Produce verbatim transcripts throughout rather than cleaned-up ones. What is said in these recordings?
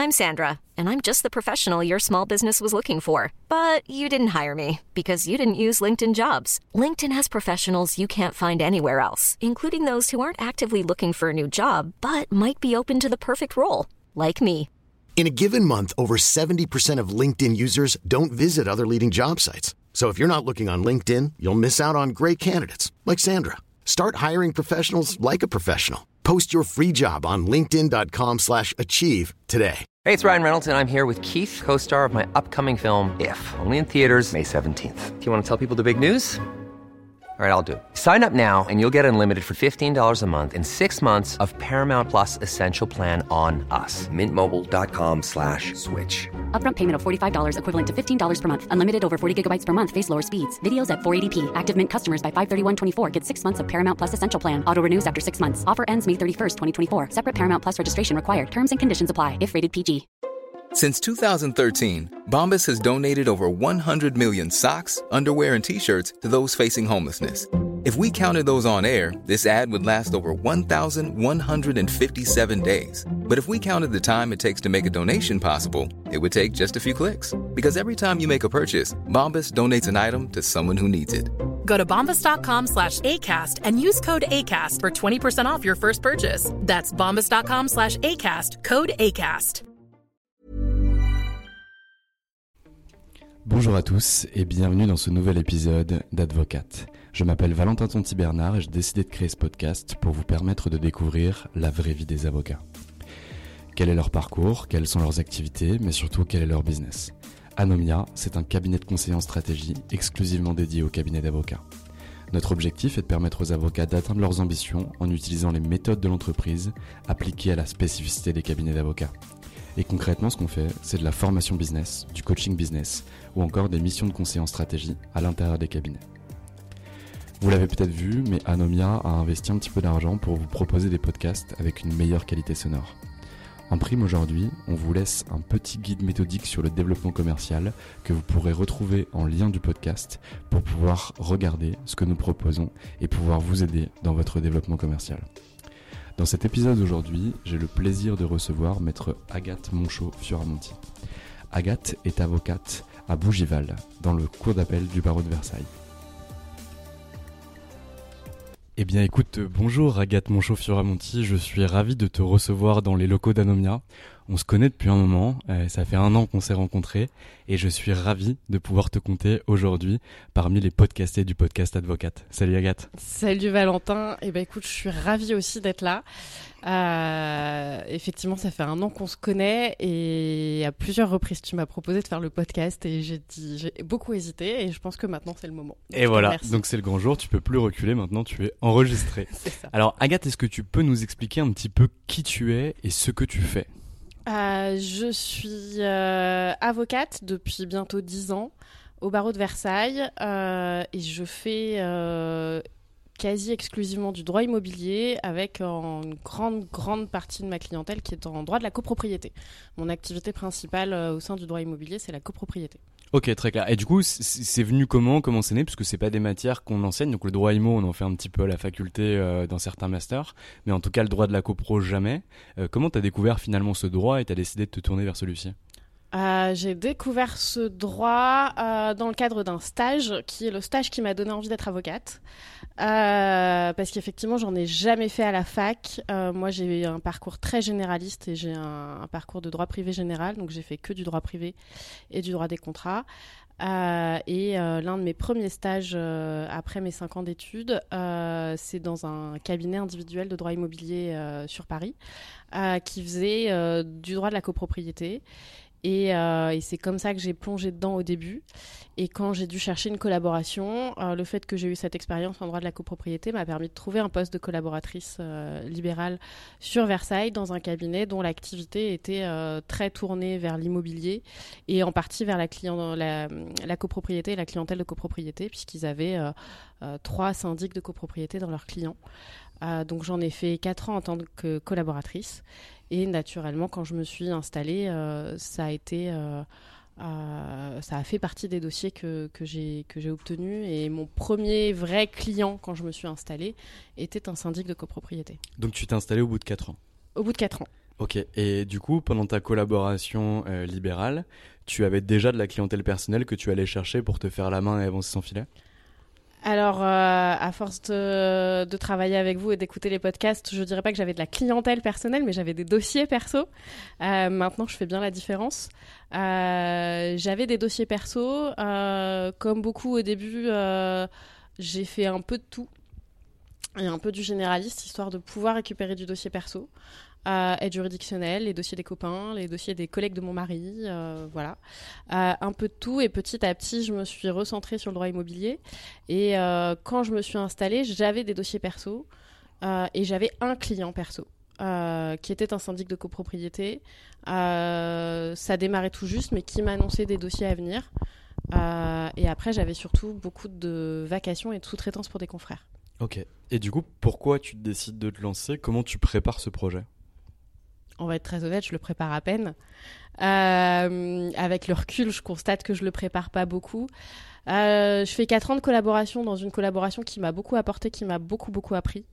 I'm Sandra, and I'm just the professional your small business was looking for. But you didn't hire me because you didn't use LinkedIn Jobs. LinkedIn has professionals you can't find anywhere else, including those who aren't actively looking for a new job, but might be open to the perfect role, like me. In a given month, over seventy percent of LinkedIn users don't visit other leading job sites. So if you're not looking on LinkedIn, you'll miss out on great candidates like Sandra. Start hiring professionals like a professional. Post your free job on linkedin.com slash achieve today. Hey, it's Ryan Reynolds, and I'm here with Keith, co-star of my upcoming film, If, only in theaters May seventeenth. Do you want to tell people the big news? All right, I'll do it. Sign up now and you'll get unlimited for fifteen dollars a month and six months of Paramount Plus Essential Plan on us. Mintmobile.com slash switch. Upfront payment of forty-five dollars equivalent to fifteen dollars per month. Unlimited over forty gigabytes per month. Face lower speeds. Videos at four eighty p. Active Mint customers by five thirty-one twenty-four get six months of Paramount Plus Essential Plan. Auto renews after six months. Offer ends May thirty-first, twenty twenty-four. Separate Paramount Plus registration required. Terms and conditions apply if rated P G. Since two thousand thirteen, Bombas has donated over one hundred million socks, underwear, and T-shirts to those facing homelessness. If we counted those on air, this ad would last over one thousand one hundred fifty-seven days. But if we counted the time it takes to make a donation possible, it would take just a few clicks. Because every time you make a purchase, Bombas donates an item to someone who needs it. Go to bombas.com slash ACAST and use code ACAST for twenty percent off your first purchase. That's bombas.com slash ACAST, code ACAST. Bonjour à tous et bienvenue dans ce nouvel épisode d'Advocate. Je m'appelle Valentin Tonti-Bernard et j'ai décidé de créer ce podcast pour vous permettre de découvrir la vraie vie des avocats. Quel est leur parcours, quelles sont leurs activités, mais surtout quel est leur business. Anomia, c'est un cabinet de conseil en stratégie exclusivement dédié aux cabinets d'avocats. Notre objectif est de permettre aux avocats d'atteindre leurs ambitions en utilisant les méthodes de l'entreprise appliquées à la spécificité des cabinets d'avocats. Et concrètement, ce qu'on fait, c'est de la formation business, du coaching business, ou encore des missions de conseil en stratégie à l'intérieur des cabinets. Vous l'avez peut-être vu, mais Anomia a investi un petit peu d'argent pour vous proposer des podcasts avec une meilleure qualité sonore. En prime aujourd'hui, on vous laisse un petit guide méthodique sur le développement commercial que vous pourrez retrouver en lien du podcast pour pouvoir regarder ce que nous proposons et pouvoir vous aider dans votre développement commercial. Dans cet épisode d'aujourd'hui, j'ai le plaisir de recevoir maître Agathe Monchaux-Fioramonti. Agathe est avocate à Bougival, dans le cour d'appel du barreau de Versailles. Eh bien écoute, bonjour Agathe Monchaux-Fioramonti, je suis ravi de te recevoir dans les locaux d'Anomia. On se connaît depuis un moment, euh, ça fait un an qu'on s'est rencontrés et je suis ravi de pouvoir te compter aujourd'hui parmi les podcastés du podcast Advocate. Salut Agathe. Salut Valentin, et eh ben écoute, je suis ravie aussi d'être là. Euh, effectivement, ça fait un an qu'on se connaît et à plusieurs reprises tu m'as proposé de faire le podcast et j'ai dit, j'ai beaucoup hésité et je pense que maintenant c'est le moment. Donc, et voilà, donc c'est le grand jour, tu peux plus reculer, maintenant tu es enregistré. C'est ça. Alors Agathe, est-ce que tu peux nous expliquer un petit peu qui tu es et ce que tu fais ? Euh, je suis euh, avocate depuis bientôt dix ans au barreau de Versailles euh, et je fais euh, quasi exclusivement du droit immobilier avec une grande, grande partie de ma clientèle qui est en droit de la copropriété. Mon activité principale euh, au sein du droit immobilier, c'est la copropriété. Ok, très clair. Et du coup, c'est venu comment, comment c'est né ? Parce que c'est pas des matières qu'on enseigne. Donc le droit immo, on en fait un petit peu à la faculté euh, dans certains masters. Mais en tout cas, le droit de la copro, jamais. Euh, comment t'as découvert finalement ce droit et t'as décidé de te tourner vers celui-ci ? Euh, j'ai découvert ce droit euh, dans le cadre d'un stage, qui est le stage qui m'a donné envie d'être avocate. Euh, parce qu'effectivement, j'en ai jamais fait à la fac. Euh, moi, j'ai eu un parcours très généraliste et j'ai un, un parcours de droit privé général. Donc, j'ai fait que du droit privé et du droit des contrats. Euh, et euh, l'un de mes premiers stages euh, après mes cinq ans d'études, euh, c'est dans un cabinet individuel de droit immobilier euh, sur Paris, euh, qui faisait euh, du droit de la copropriété. Et, euh, et c'est comme ça que j'ai plongé dedans au début. Et quand j'ai dû chercher une collaboration, euh, le fait que j'ai eu cette expérience en droit de la copropriété m'a permis de trouver un poste de collaboratrice euh, libérale sur Versailles dans un cabinet dont l'activité était euh, très tournée vers l'immobilier et en partie vers la, client, la, la copropriété et la clientèle de copropriété puisqu'ils avaient euh, euh, trois syndics de copropriété dans leurs clients. Euh, donc j'en ai fait quatre ans en tant que collaboratrice. Et naturellement, quand je me suis installée, euh, ça a été, euh, euh, ça a fait partie des dossiers que, que j'ai, que j'ai obtenus. Et mon premier vrai client, quand je me suis installée, était un syndic de copropriété. Donc tu t'es installée au bout de quatre ans ? Au bout de quatre ans. Ok, et du coup, pendant ta collaboration euh, libérale, tu avais déjà de la clientèle personnelle que tu allais chercher pour te faire la main et avancer sans filet ? Alors, euh, à force de, de travailler avec vous et d'écouter les podcasts, je dirais pas que j'avais de la clientèle personnelle, mais j'avais des dossiers perso. Euh, maintenant, je fais bien la différence. Euh, j'avais des dossiers perso. Euh, comme beaucoup au début, euh, j'ai fait un peu de tout et un peu du généraliste, histoire de pouvoir récupérer du dossier perso. Euh, aide juridictionnelle, les dossiers des copains, les dossiers des collègues de mon mari, euh, voilà. Euh, un peu de tout, et petit à petit, je me suis recentrée sur le droit immobilier. Et euh, quand je me suis installée, j'avais des dossiers perso euh, et j'avais un client perso euh, qui était un syndic de copropriété. Euh, ça démarrait tout juste, mais qui m'annonçait des dossiers à venir. Euh, et après, j'avais surtout beaucoup de vacations et de sous-traitance pour des confrères. Ok. Et du coup, pourquoi tu décides de te lancer ? Comment tu prépares ce projet ? On va être très honnête, je le prépare à peine. Euh, avec le recul, je constate que je le prépare pas beaucoup. Euh, je fais quatre ans de collaboration dans une collaboration qui m'a beaucoup apporté, qui m'a beaucoup, beaucoup appris.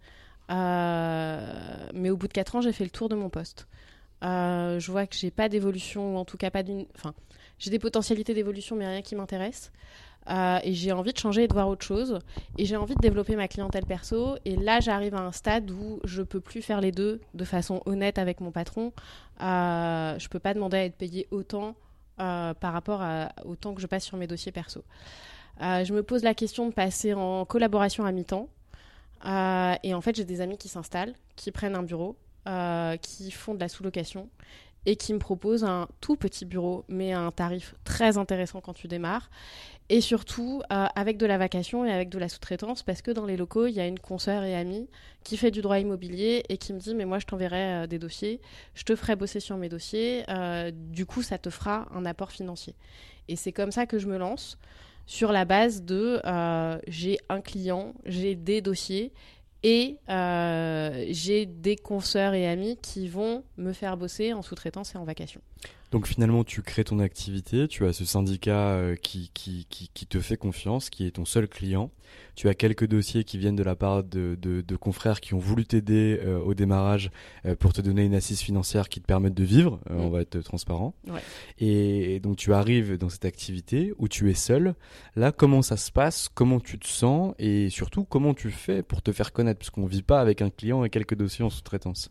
Euh, mais au bout de quatre ans, j'ai fait le tour de mon poste. Euh, je vois que j'ai pas d'évolution, ou en tout cas pas d'une... Enfin, j'ai des potentialités d'évolution, mais rien qui m'intéresse. Euh, et j'ai envie de changer et de voir autre chose. Et j'ai envie de développer ma clientèle perso. Et là, j'arrive à un stade où je peux plus faire les deux de façon honnête avec mon patron. Euh, je peux pas demander à être payé autant euh, par rapport à, au temps que je passe sur mes dossiers perso. Euh, je me pose la question de passer en collaboration à mi-temps. Euh, et en fait, j'ai des amis qui s'installent, qui prennent un bureau, euh, qui font de la sous-location et qui me proposent un tout petit bureau, mais à un tarif très intéressant quand tu démarres. Et surtout, euh, avec de la vacation et avec de la sous-traitance, parce que dans les locaux, il y a une consoeur et amie qui fait du droit immobilier et qui me dit « mais moi, je t'enverrai euh, des dossiers, je te ferai bosser sur mes dossiers, euh, du coup, ça te fera un apport financier ». Et c'est comme ça que je me lance, sur la base de euh, j'ai un client, j'ai des dossiers et euh, j'ai des consoeurs et amis qui vont me faire bosser en sous-traitance et en vacation. Donc finalement, tu crées ton activité, tu as ce syndicat euh, qui, qui, qui, qui te fait confiance, qui est ton seul client. Tu as quelques dossiers qui viennent de la part de, de, de confrères qui ont voulu t'aider euh, au démarrage euh, pour te donner une assise financière qui te permette de vivre, euh, mmh. on va être transparent. Ouais. Et, et donc tu arrives dans cette activité où tu es seul. Là, comment ça se passe ? Comment tu te sens ? Et surtout, comment tu fais pour te faire connaître ? Parce qu'on ne vit pas avec un client et quelques dossiers en sous-traitance.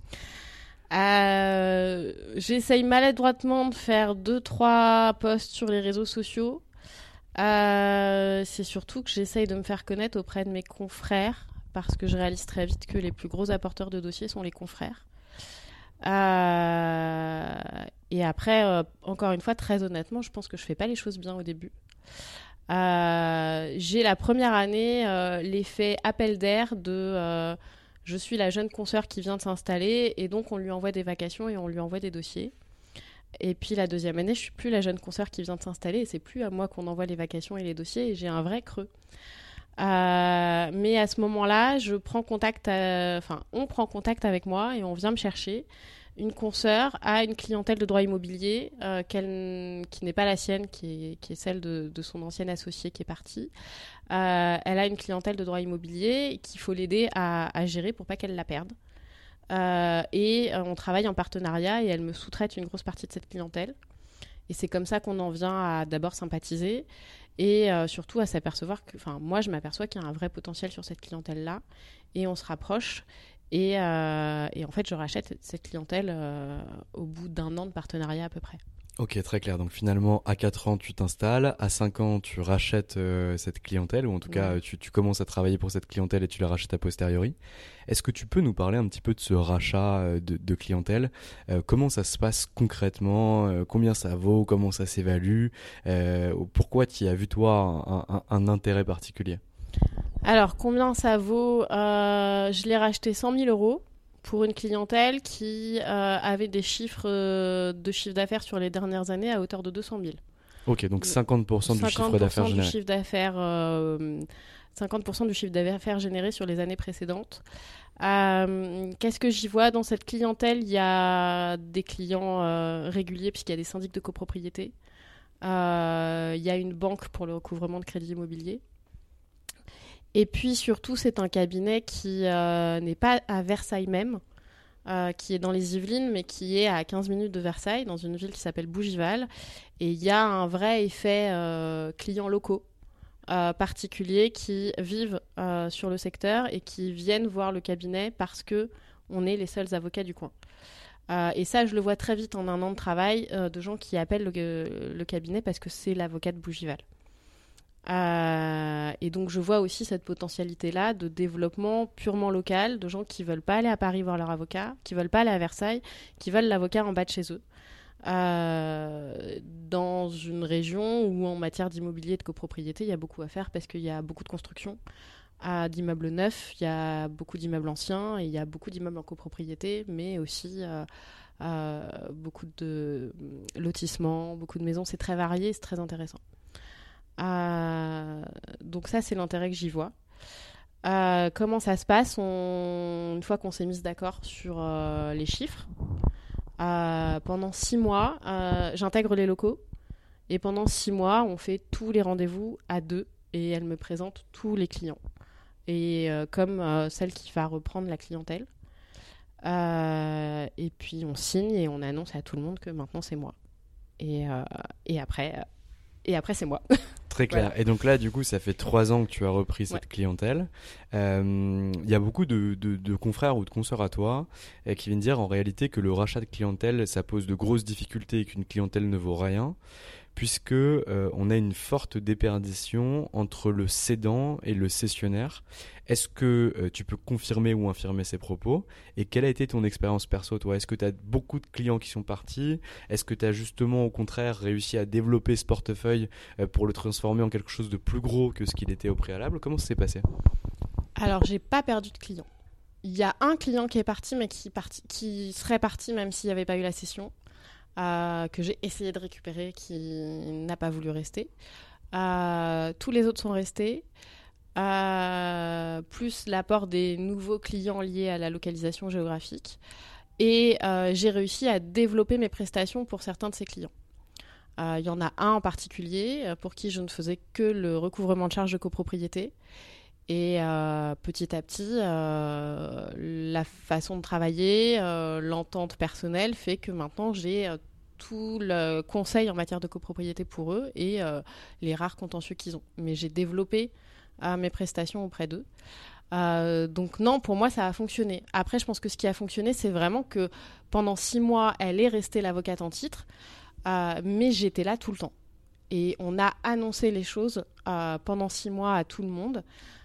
Euh, j'essaye maladroitement de faire deux trois posts sur les réseaux sociaux. Euh, c'est surtout que j'essaye de me faire connaître auprès de mes confrères parce que je réalise très vite que les plus gros apporteurs de dossiers sont les confrères. Euh, et après, euh, encore une fois, très honnêtement, je pense que je fais pas les choses bien au début. Euh, j'ai la première année euh, l'effet appel d'air de euh, je suis la jeune consoeur qui vient de s'installer et donc on lui envoie des vacations et on lui envoie des dossiers. Et puis la deuxième année, je suis plus la jeune consoeur qui vient de s'installer et c'est plus à moi qu'on envoie les vacations et les dossiers et j'ai un vrai creux. Euh, mais à ce moment-là, je prends contact, à... enfin, on prend contact avec moi et on vient me chercher. Une consoeur a une clientèle de droit immobilier euh, qu'elle, qui n'est pas la sienne, qui est, qui est celle de, de son ancienne associée qui est partie. Euh, elle a une clientèle de droit immobilier qu'il faut l'aider à, à gérer pour pas qu'elle la perde. Euh, et euh, on travaille en partenariat et elle me sous-traite une grosse partie de cette clientèle. Et c'est comme ça qu'on en vient à d'abord sympathiser et euh, surtout à s'apercevoir que, enfin, moi je m'aperçois qu'il y a un vrai potentiel sur cette clientèle-là et on se rapproche. Et, euh, et en fait, je rachète cette clientèle euh, au bout d'un an de partenariat à peu près. Ok, très clair. Donc finalement, à quatre ans, tu t'installes. À cinq ans, tu rachètes euh, cette clientèle, ou en tout ouais. cas, tu, tu commences à travailler pour cette clientèle et tu la rachètes a posteriori. Est-ce que tu peux nous parler un petit peu de ce rachat de, de clientèle ? euh, Comment ça se passe concrètement ? euh, Combien ça vaut ? Comment ça s'évalue ? euh, Pourquoi tu y as vu, toi, un, un, un intérêt particulier ? Alors, combien ça vaut ? euh, Je l'ai racheté cent mille euros pour une clientèle qui euh, avait des chiffres euh, de chiffre d'affaires sur les dernières années à hauteur de deux cent mille. Ok, donc cinquante pour cent du chiffre d'affaires généré. Du chiffre d'affaires, euh, cinquante pour cent du chiffre d'affaires généré sur les années précédentes. Euh, qu'est-ce que j'y vois dans cette clientèle ? Il y a des clients euh, réguliers puisqu'il y a des syndics de copropriété. Euh, il y a une banque pour le recouvrement de crédit immobilier. Et puis surtout, c'est un cabinet qui euh, n'est pas à Versailles même. euh, qui est dans les Yvelines, mais qui est à quinze minutes de Versailles, dans une ville qui s'appelle Bougival. Et il y a un vrai effet euh, clients locaux euh, particuliers qui vivent euh, sur le secteur et qui viennent voir le cabinet parce qu'on est les seuls avocats du coin. Euh, et ça, je le vois très vite en un an de travail euh, de gens qui appellent le, le cabinet parce que c'est l'avocat de Bougival. Euh, et donc, je vois aussi cette potentialité-là de développement purement local, de gens qui ne veulent pas aller à Paris voir leur avocat, qui ne veulent pas aller à Versailles, qui veulent l'avocat en bas de chez eux. Euh, dans une région où, en matière d'immobilier et de copropriété, il y a beaucoup à faire parce qu'il y a beaucoup de construction. À d'immeubles neufs, il y a beaucoup d'immeubles anciens et il y a beaucoup d'immeubles en copropriété, mais aussi euh, euh, beaucoup de lotissements, beaucoup de maisons. C'est très varié, c'est très intéressant. Euh, donc ça, c'est l'intérêt que j'y vois. Euh, comment ça se passe on... Une fois qu'on s'est mis d'accord sur euh, les chiffres, euh, pendant six mois, euh, j'intègre les locaux et pendant six mois, on fait tous les rendez-vous à deux et elle me présente tous les clients. Et euh, comme euh, celle qui va reprendre la clientèle. Euh, et puis on signe et on annonce à tout le monde que maintenant c'est moi. Et, euh, et, après, euh, et après c'est moi. Très clair. Voilà. Et donc là, du coup, ça fait trois ans que tu as repris cette ouais. clientèle. Il euh, y a beaucoup de, de, de confrères ou de consoeurs à toi euh, qui viennent dire en réalité que le rachat de clientèle, ça pose de grosses difficultés et qu'une clientèle ne vaut rien, puisque euh, on a une forte déperdition entre le cédant et le cessionnaire. Est-ce que euh, tu peux confirmer ou infirmer ces propos ? Et quelle a été ton expérience perso, toi ? Est-ce que tu as beaucoup de clients qui sont partis ? Est-ce que tu as justement, au contraire, réussi à développer ce portefeuille euh, pour le transformer en quelque chose de plus gros que ce qu'il était au préalable ? Comment ça s'est passé ? Alors, j'ai pas perdu de clients. Il y a un client qui est parti, mais qui, parti, qui serait parti même s'il n'y avait pas eu la cession. Euh, que j'ai essayé de récupérer, qui n'a pas voulu rester. Euh, tous les autres sont restés, euh, plus l'apport des nouveaux clients liés à la localisation géographique. Et euh, j'ai réussi à développer mes prestations pour certains de ces clients. Il euh, y en a un en particulier pour qui je ne faisais que le recouvrement de charges de copropriété. Et euh, petit à petit, euh, la façon de travailler, euh, l'entente personnelle fait que maintenant j'ai euh, tout le conseil en matière de copropriété pour eux et euh, les rares contentieux qu'ils ont. Mais j'ai développé euh, mes prestations auprès d'eux. Euh, donc non, pour moi, ça a fonctionné. Après, je pense que ce qui a fonctionné, c'est vraiment que pendant six mois, elle est restée l'avocate en titre, euh, mais j'étais là tout le temps. Et on a annoncé les choses euh, pendant six mois à tout le monde.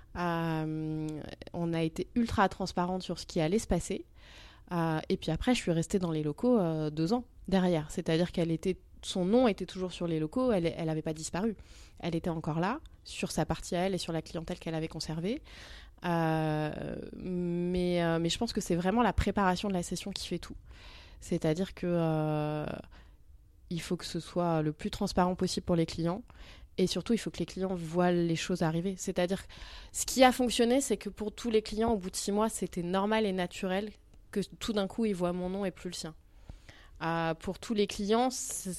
Euh, on a été ultra transparente sur ce qui allait se passer. Euh, et puis après, je suis restée dans les locaux euh, deux ans derrière. C'est-à-dire qu'elle était, son nom était toujours sur les locaux, elle n'avait pas disparu. Elle était encore là, sur sa partie à elle et sur la clientèle qu'elle avait conservée. Euh, mais, euh, mais je pense que c'est vraiment la préparation de la session qui fait tout. C'est-à-dire que euh, il faut que ce soit le plus transparent possible pour les clients. Et surtout, il faut que les clients voient les choses arriver. C'est-à-dire, ce qui a fonctionné, c'est que pour tous les clients, au bout de six mois, c'était normal et naturel que tout d'un coup, ils voient mon nom et plus le sien. Euh, pour tous les clients,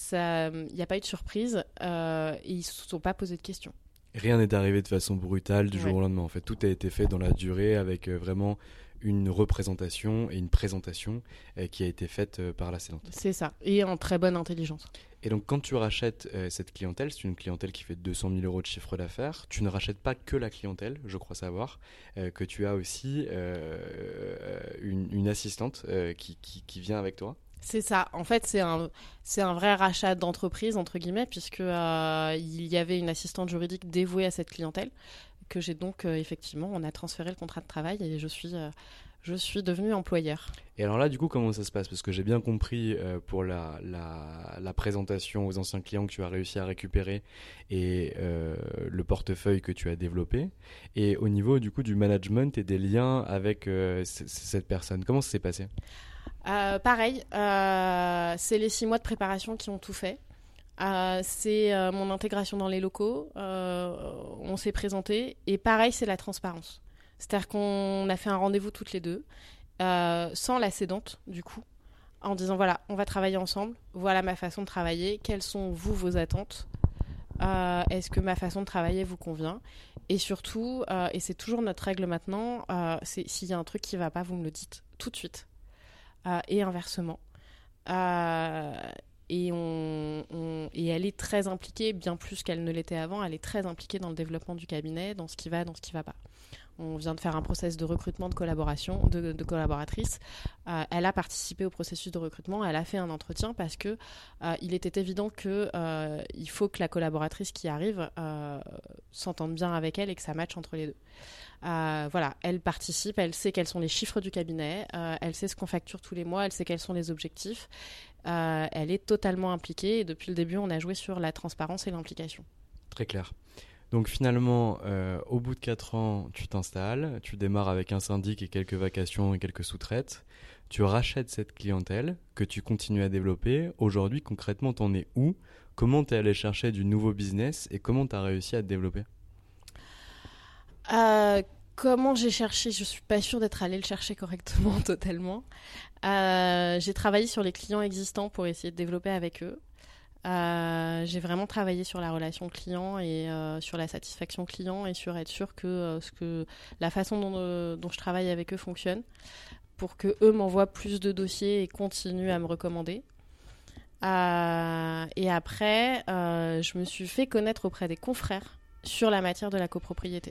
il n'y a pas eu de surprise euh, et ils ne se sont pas posé de questions. Rien n'est arrivé de façon brutale du ouais. jour au lendemain. En fait, tout a été fait dans la durée avec euh, vraiment une représentation et une présentation euh, qui a été faite euh, par la cédante. C'est ça, et en très bonne intelligence. Et donc, quand tu rachètes euh, cette clientèle, c'est une clientèle qui fait deux cent mille euros de chiffre d'affaires. Tu ne rachètes pas que la clientèle, je crois savoir, euh, que tu as aussi euh, une, une assistante euh, qui, qui, qui vient avec toi. C'est ça. En fait, c'est un, c'est un vrai rachat d'entreprise, entre guillemets, puisque euh, il y avait une assistante juridique dévouée à cette clientèle, que j'ai donc, euh, effectivement, on a transféré le contrat de travail et je suis... Euh, Je suis devenue employeur. Et alors là, du coup, comment ça se passe ? Parce que j'ai bien compris euh, pour la, la, la présentation aux anciens clients que tu as réussi à récupérer et euh, le portefeuille que tu as développé. Et au niveau du coup du management et des liens avec euh, c- cette personne, comment ça s'est passé ? euh, Pareil, euh, c'est les six mois de préparation qui ont tout fait. Euh, c'est euh, mon intégration dans les locaux. Euh, on s'est présenté. Et pareil, c'est la transparence. C'est-à-dire qu'on a fait un rendez-vous toutes les deux, euh, sans la cédante, du coup, en disant, voilà, on va travailler ensemble, voilà ma façon de travailler, quelles sont, vous, vos attentes, euh, est-ce que ma façon de travailler vous convient ? Et surtout, euh, et c'est toujours notre règle maintenant, euh, c'est, s'il y a un truc qui ne va pas, vous me le dites tout de suite. euh, et inversement. Euh, et, on, on, et elle est très impliquée, bien plus qu'elle ne l'était avant, elle est très impliquée dans le développement du cabinet, dans ce qui va, dans ce qui ne va pas. On vient de faire un process de recrutement de collaboration, de, de collaboratrices. Euh, elle a participé au processus de recrutement, elle a fait un entretien parce que euh, il était évident que euh, il faut que la collaboratrice qui arrive euh, s'entende bien avec elle et que ça matche entre les deux. Euh, voilà, elle participe, elle sait quels sont les chiffres du cabinet, euh, elle sait ce qu'on facture tous les mois, elle sait quels sont les objectifs. Euh, elle est totalement impliquée et depuis le début, on a joué sur la transparence et l'implication. Très clair. Donc finalement, euh, au bout de quatre ans, tu t'installes, tu démarres avec un syndic et quelques vacations et quelques sous-traites. Tu rachètes cette clientèle que tu continues à développer. Aujourd'hui, concrètement, t'en es où ? Comment t'es allé chercher du nouveau business et comment t'as réussi à te développer ? euh, Comment j'ai cherché ? Je ne suis pas sûre d'être allée le chercher correctement, totalement. Euh, j'ai travaillé sur les clients existants pour essayer de développer avec eux. Euh, j'ai vraiment travaillé sur la relation client et euh, sur la satisfaction client et sur être sûr que, euh, ce que la façon dont, euh, dont je travaille avec eux fonctionne pour qu'eux m'envoient plus de dossiers et continuent à me recommander. Euh, et après, euh, je me suis fait connaître auprès des confrères sur la matière de la copropriété.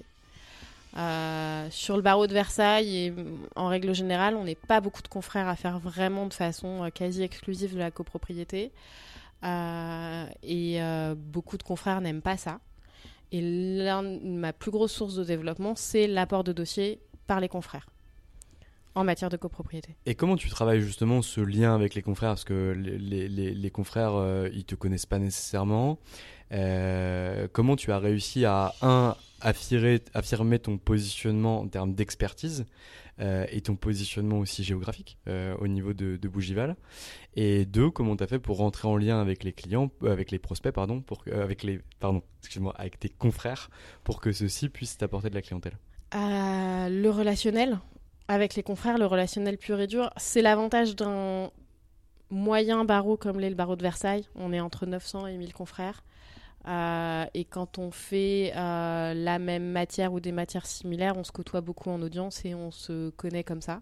Euh, sur le barreau de Versailles et en règle générale, on n'est pas beaucoup de confrères à faire vraiment de façon euh, quasi exclusive de la copropriété. Euh, et euh, beaucoup de confrères n'aiment pas ça. Et l'un, ma plus grosse source de développement, c'est l'apport de dossiers par les confrères en matière de copropriété. Et comment tu travailles justement ce lien avec les confrères ? Parce que les, les, les confrères, euh, ils ne te connaissent pas nécessairement. Euh, comment tu as réussi à, un, affirmer, affirmer ton positionnement en termes d'expertise euh, et ton positionnement aussi géographique euh, au niveau de, de Bougival ? Et deux, comment tu as fait pour rentrer en lien avec les clients, euh, avec les prospects, pardon, pour, euh, avec les, pardon, excuse-moi, avec tes confrères pour que ceux-ci puissent t'apporter de la clientèle ? euh, Le relationnel. Avec les confrères, le relationnel pur et dur, c'est l'avantage d'un moyen barreau comme l'est le barreau de Versailles. On est entre neuf cents et mille confrères. Euh, et quand on fait euh, la même matière ou des matières similaires, on se côtoie beaucoup en audience et on se connaît comme ça.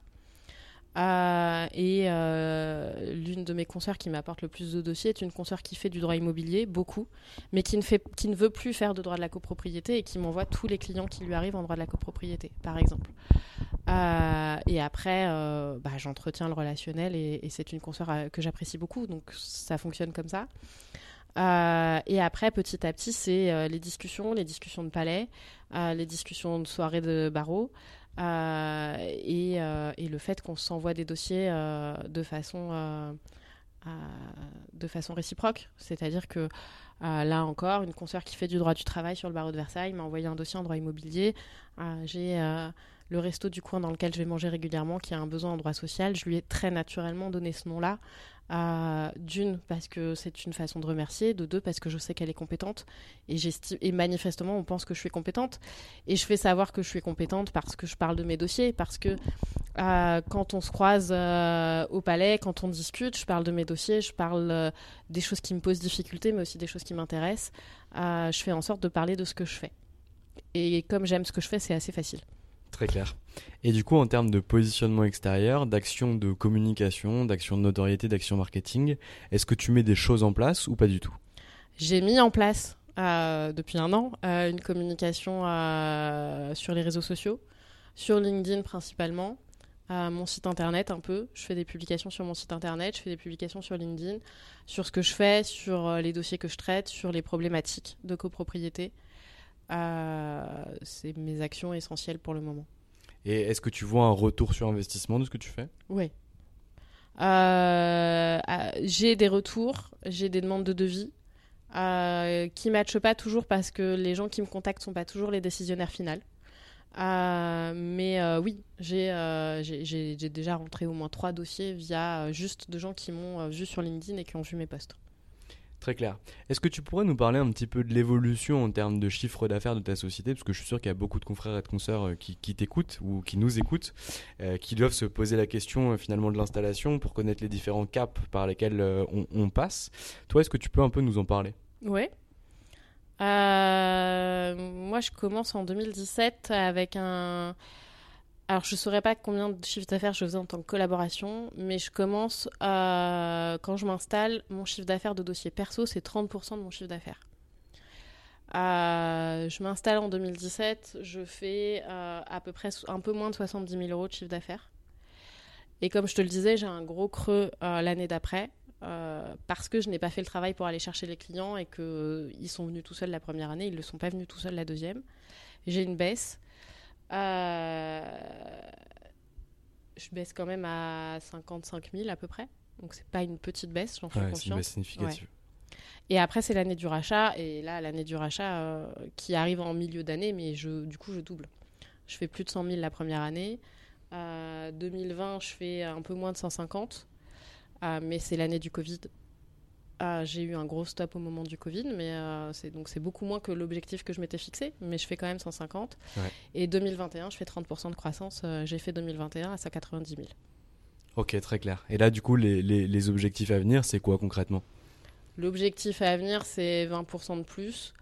Euh, et euh, l'une de mes consoeurs qui m'apporte le plus de dossiers est une consoeur qui fait du droit immobilier, beaucoup, mais qui ne, fait, qui ne veut plus faire de droit de la copropriété et qui m'envoie tous les clients qui lui arrivent en droit de la copropriété, par exemple. Euh, et après, euh, bah, j'entretiens le relationnel et, et c'est une consoeur que j'apprécie beaucoup, donc ça fonctionne comme ça. Euh, et après, petit à petit, c'est euh, les discussions, les discussions de palais, euh, les discussions de soirée de barreau. Euh, et, euh, et le fait qu'on s'envoie des dossiers euh, de façon euh, euh, de façon réciproque, c'est-à-dire que euh, là encore, une consoeur qui fait du droit du travail sur le barreau de Versailles m'a envoyé un dossier en droit immobilier. Euh, j'ai euh, le resto du coin dans lequel je vais manger régulièrement qui a un besoin en droit social. Je lui ai très naturellement donné ce nom-là. Euh, d'une, parce que c'est une façon de remercier, de deux, parce que je sais qu'elle est compétente et, j'estime, et manifestement on pense que je suis compétente et je fais savoir que je suis compétente parce que je parle de mes dossiers, parce que euh, quand on se croise euh, au palais, quand on discute, je parle de mes dossiers, je parle euh, des choses qui me posent difficulté mais aussi des choses qui m'intéressent. Euh, je fais en sorte de parler de ce que je fais et comme j'aime ce que je fais, c'est assez facile. Très clair. Et du coup, en termes de positionnement extérieur, d'action de communication, d'action de notoriété, d'action marketing, est-ce que tu mets des choses en place ou pas du tout ? J'ai mis en place euh, depuis un an euh, une communication euh, sur les réseaux sociaux, sur LinkedIn principalement, euh, mon site internet un peu. Je fais des publications sur mon site internet, je fais des publications sur LinkedIn, sur ce que je fais, sur euh, les dossiers que je traite, sur les problématiques de copropriété. Euh, c'est mes actions essentielles pour le moment. Et est-ce que tu vois un retour sur investissement de ce que tu fais ? Oui. Euh, euh, j'ai des retours, j'ai des demandes de devis euh, qui ne matchent pas toujours parce que les gens qui me contactent ne sont pas toujours les décisionnaires finaux. Euh, mais euh, oui, j'ai, euh, j'ai, j'ai, j'ai déjà rentré au moins trois dossiers via euh, juste de gens qui m'ont euh, vu sur LinkedIn et qui ont vu mes posts. Très clair. Est-ce que tu pourrais nous parler un petit peu de l'évolution en termes de chiffre d'affaires de ta société ? Parce que je suis sûr qu'il y a beaucoup de confrères et de consoeurs qui, qui t'écoutent ou qui nous écoutent, euh, qui doivent se poser la question euh, finalement de l'installation pour connaître les différents caps par lesquels euh, on, on passe. Toi, est-ce que tu peux un peu nous en parler ? Oui. Euh, moi, je commence en deux mille dix-sept avec un, Alors, je ne saurais pas combien de chiffre d'affaires je faisais en tant que collaboration, mais je commence, euh, quand je m'installe, mon chiffre d'affaires de dossier perso, c'est trente pour cent de mon chiffre d'affaires. Euh, je m'installe en deux mille dix-sept, je fais euh, à peu près un peu moins de soixante-dix mille euros de chiffre d'affaires. Et comme je te le disais, j'ai un gros creux euh, l'année d'après, euh, parce que je n'ai pas fait le travail pour aller chercher les clients et qu'ils euh, sont venus tout seuls la première année, ils ne le sont pas venus tout seuls la deuxième. J'ai une baisse. Euh, je baisse quand même à cinquante-cinq mille à peu près, donc c'est pas une petite baisse, j'en suis ouais, consciente. C'est une baisse significative. Ouais. Et après c'est l'année du rachat, et là l'année du rachat euh, qui arrive en milieu d'année, mais je, du coup je double. Je fais plus de cent mille la première année, euh, deux mille vingt je fais un peu moins de cent cinquante, euh, mais c'est l'année du Covid. Ah, j'ai eu un gros stop au moment du Covid, mais euh, c'est, donc c'est beaucoup moins que l'objectif que je m'étais fixé, mais je fais quand même cent cinquante. Ouais. Et deux mille vingt et un, je fais trente pour cent de croissance. Euh, j'ai fait deux mille vingt et un à cent quatre-vingt-dix mille. Ok, très clair. Et là, du coup, les, les, les objectifs à venir, c'est quoi concrètement ? L'objectif à venir, c'est vingt pour cent de plus.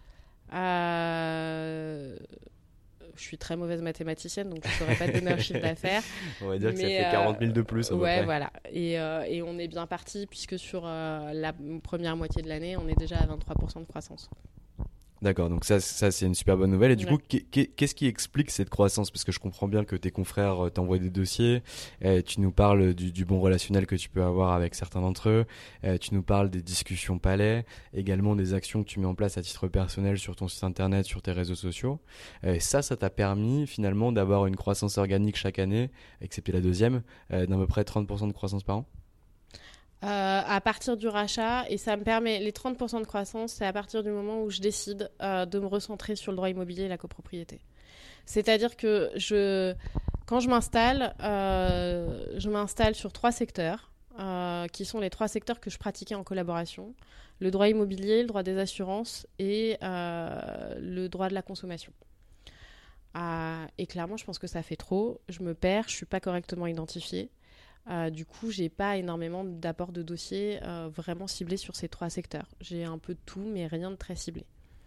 Euh... Je suis très mauvaise mathématicienne, donc je ne saurais pas te donner un chiffre d'affaires. On va dire mais que ça fait quarante mille de plus. À ouais, peu près. Voilà. Et, euh, et on est bien parti, puisque sur euh, la première moitié de l'année, on est déjà à vingt-trois pour cent de croissance. D'accord, donc ça, ça c'est une super bonne nouvelle. Et du ouais. coup, qu'est-ce qui explique cette croissance ? Parce que je comprends bien que tes confrères t'envoient des dossiers, et tu nous parles du, du bon relationnel que tu peux avoir avec certains d'entre eux, et tu nous parles des discussions palais, également des actions que tu mets en place à titre personnel sur ton site internet, sur tes réseaux sociaux. Et ça, ça t'a permis finalement d'avoir une croissance organique chaque année, excepté la deuxième, d'à peu près trente pour cent de croissance par an ? Euh, à partir du rachat, et ça me permet, les trente pour cent de croissance, c'est à partir du moment où je décide euh, de me recentrer sur le droit immobilier et la copropriété. C'est-à-dire que je, quand je m'installe, euh, je m'installe sur trois secteurs, euh, qui sont les trois secteurs que je pratiquais en collaboration. Le droit immobilier, le droit des assurances et euh, le droit de la consommation. Euh, et clairement, je pense que ça fait trop. Je me perds, je ne suis pas correctement identifiée. Euh, du coup, j'ai pas énormément d'apports de dossiers euh, vraiment ciblés sur ces trois secteurs. J'ai un peu de tout, mais rien de très ciblé.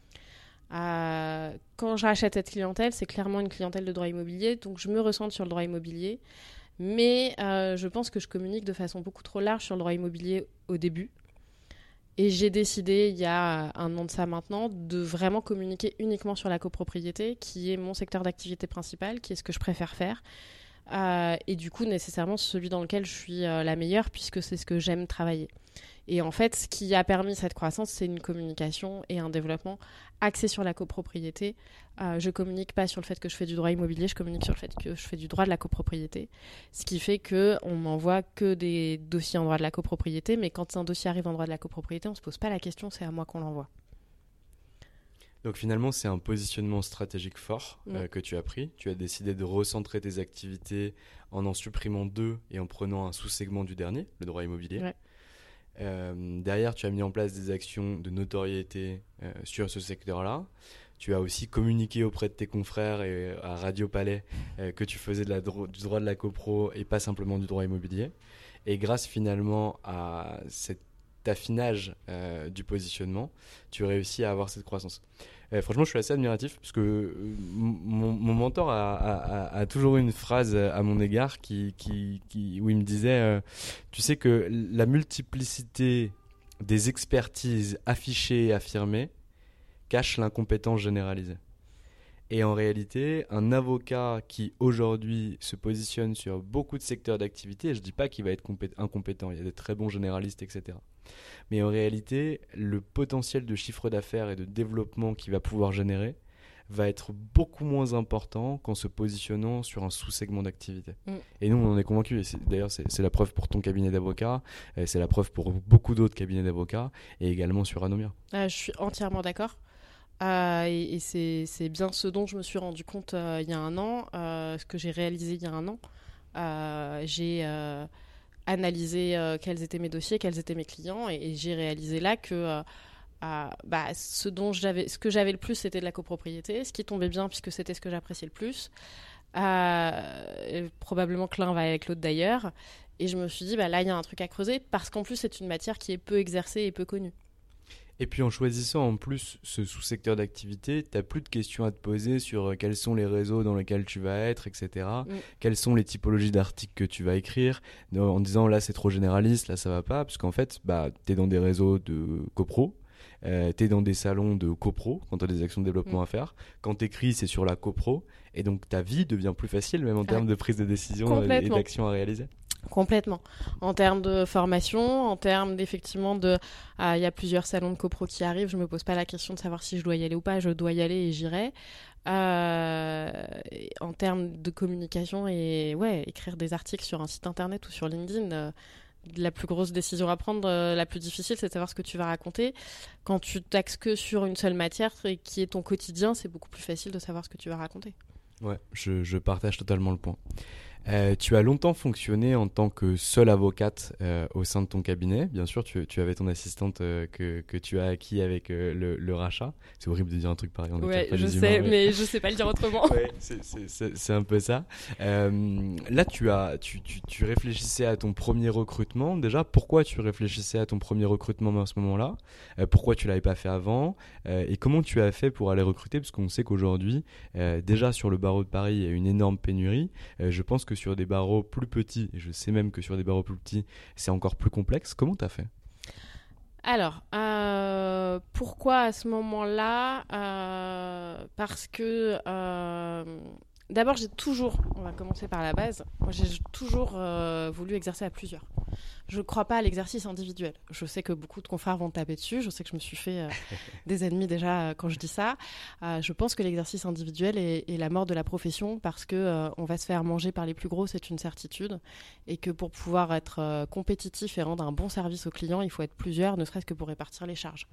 Euh, quand je rachète cette clientèle, c'est clairement une clientèle de droit immobilier, donc je me recentre sur le droit immobilier. Mais euh, je pense que je communique de façon beaucoup trop large sur le droit immobilier au début. Et j'ai décidé, il y a un an de ça maintenant, de vraiment communiquer uniquement sur la copropriété, qui est mon secteur d'activité principal, qui est ce que je préfère faire. Euh, et du coup, nécessairement, celui dans lequel je suis euh, la meilleure, puisque c'est ce que j'aime travailler. Et en fait, ce qui a permis cette croissance, c'est une communication et un développement axé sur la copropriété. Euh, je communique pas sur le fait que je fais du droit immobilier, je communique sur le fait que je fais du droit de la copropriété. Ce qui fait qu'on m'envoie que des dossiers en droit de la copropriété, mais quand un dossier arrive en droit de la copropriété, on ne se pose pas la question, c'est à moi qu'on l'envoie. Donc finalement, c'est un positionnement stratégique fort mmh. euh, que tu as pris. Tu as décidé de recentrer tes activités en en supprimant deux et en prenant un sous-segment du dernier, le droit immobilier. Ouais. Euh, derrière, tu as mis en place des actions de notoriété euh, sur ce secteur-là. Tu as aussi communiqué auprès de tes confrères et à Radio Palais euh, que tu faisais de la dro- du droit de la copro et pas simplement du droit immobilier. Et grâce finalement à cet affinage euh, du positionnement, tu réussis à avoir cette croissance. Euh, franchement, je suis assez admiratif parce que euh, mon, mon mentor a, a, a, a toujours eu une phrase à mon égard qui, qui, qui, où il me disait euh, tu sais que la multiplicité des expertises affichées et affirmées cache l'incompétence généralisée. Et en réalité, un avocat qui aujourd'hui se positionne sur beaucoup de secteurs d'activité, je ne dis pas qu'il va être compé- incompétent, il y a des très bons généralistes, et cetera. Mais en réalité, le potentiel de chiffre d'affaires et de développement qu'il va pouvoir générer va être beaucoup moins important qu'en se positionnant sur un sous-segment d'activité. Mmh. Et nous, on en est convaincus. Et c'est, d'ailleurs, c'est, c'est la preuve pour ton cabinet d'avocats, et c'est la preuve pour beaucoup d'autres cabinets d'avocats, et également sur Anomia. Euh, je suis entièrement d'accord. Euh, et et c'est, c'est bien ce dont je me suis rendu compte euh, il y a un an, euh, ce que j'ai réalisé il y a un an. Euh, j'ai euh, analysé euh, quels étaient mes dossiers, quels étaient mes clients, et, et j'ai réalisé là que euh, euh, bah, ce, dont j'avais, ce que j'avais le plus, c'était de la copropriété, ce qui tombait bien puisque c'était ce que j'appréciais le plus. Euh, probablement que l'un va avec l'autre d'ailleurs. Et je me suis dit, bah, là, il y a un truc à creuser, parce qu'en plus, c'est une matière qui est peu exercée et peu connue. Et puis en choisissant en plus ce sous-secteur d'activité, tu n'as plus de questions à te poser sur quels sont les réseaux dans lesquels tu vas être, et cetera. Mm. Quelles sont les typologies d'articles que tu vas écrire, en disant là c'est trop généraliste, là ça va pas, parce qu'en fait bah, tu es dans des réseaux de copro, euh, tu es dans des salons de copro quand tu as des actions de développement mm. à faire. Quand tu écris, c'est sur la copro, et donc ta vie devient plus facile, même en ah. termes de prise de décision et d'actions à réaliser. Complètement. En termes de formation, en termes d'effectivement de... Il euh, y a plusieurs salons de copro qui arrivent, je ne me pose pas la question de savoir si je dois y aller ou pas, je dois y aller et j'irai. Euh, en termes de communication et ouais, écrire des articles sur un site internet ou sur LinkedIn, euh, la plus grosse décision à prendre, euh, la plus difficile, c'est de savoir ce que tu vas raconter. Quand tu t'axes que sur une seule matière et qui est ton quotidien, c'est beaucoup plus facile de savoir ce que tu vas raconter. Ouais, je, je partage totalement le point. Euh, tu as longtemps fonctionné en tant que seule avocate euh, au sein de ton cabinet. Bien sûr, tu, tu avais ton assistante euh, que, que tu as acquis avec euh, le, le rachat. C'est horrible de dire un truc pareil. On ouais, je sais, humains, mais... mais je sais pas le dire autrement. Ouais, c'est, c'est, c'est, c'est un peu ça. Euh, là, tu, as, tu, tu, tu réfléchissais à ton premier recrutement. Déjà, pourquoi tu réfléchissais à ton premier recrutement à ce moment-là ? euh, Pourquoi tu l'avais pas fait avant ? euh, Et comment tu as fait pour aller recruter ? Parce qu'on sait qu'aujourd'hui, euh, déjà sur le barreau de Paris, il y a une énorme pénurie. Euh, je pense que sur des barreaux plus petits, et je sais même que sur des barreaux plus petits, c'est encore plus complexe. Comment tu as fait ? Alors, euh, pourquoi à ce moment-là ? euh, Parce que, euh, d'abord, j'ai toujours, on va commencer par la base, moi, j'ai toujours euh, voulu exercer à plusieurs. Je ne crois pas à l'exercice individuel. Je sais que beaucoup de confrères vont taper dessus. Je sais que je me suis fait euh, des ennemis déjà euh, quand je dis ça. Euh, je pense que l'exercice individuel est, est la mort de la profession parce qu'on euh, va se faire manger par les plus gros, c'est une certitude. Et que pour pouvoir être euh, compétitif et rendre un bon service aux clients, il faut être plusieurs, ne serait-ce que pour répartir les charges.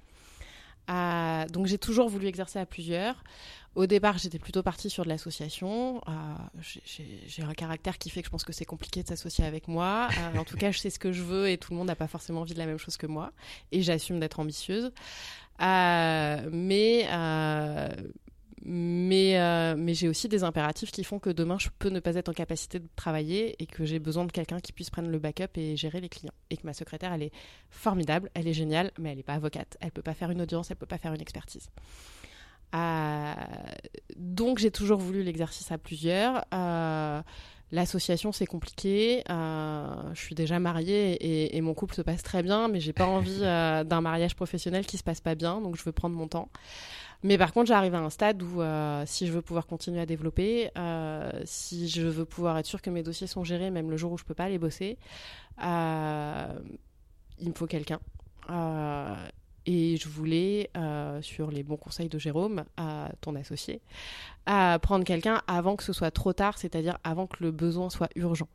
Euh, donc j'ai toujours voulu exercer à plusieurs. Au départ, j'étais plutôt partie sur de l'association. Euh, j'ai, j'ai, j'ai un caractère qui fait que je pense que c'est compliqué de s'associer avec moi. Euh, en tout cas, je sais ce que je veux et tout le monde n'a pas forcément envie de la même chose que moi. Et j'assume d'être ambitieuse. Euh, mais... Euh, Mais, euh, mais j'ai aussi des impératifs qui font que demain, je peux ne pas être en capacité de travailler et que j'ai besoin de quelqu'un qui puisse prendre le backup et gérer les clients. Et que ma secrétaire, elle est formidable, elle est géniale, mais elle n'est pas avocate. Elle ne peut pas faire une audience, elle ne peut pas faire une expertise. Euh, donc, j'ai toujours voulu l'exercice à plusieurs. Euh, L'association, c'est compliqué. Euh, je suis déjà mariée et, et mon couple se passe très bien, mais je n'ai pas envie euh, d'un mariage professionnel qui ne se passe pas bien, donc je veux prendre mon temps. Mais par contre, j'arrive à un stade où euh, si je veux pouvoir continuer à développer, euh, si je veux pouvoir être sûre que mes dossiers sont gérés, même le jour où je ne peux pas aller bosser, euh, il me faut quelqu'un. Euh, et je voulais, euh, sur les bons conseils de Jérôme, euh, ton associé, euh, prendre quelqu'un avant que ce soit trop tard, c'est-à-dire avant que le besoin soit urgent.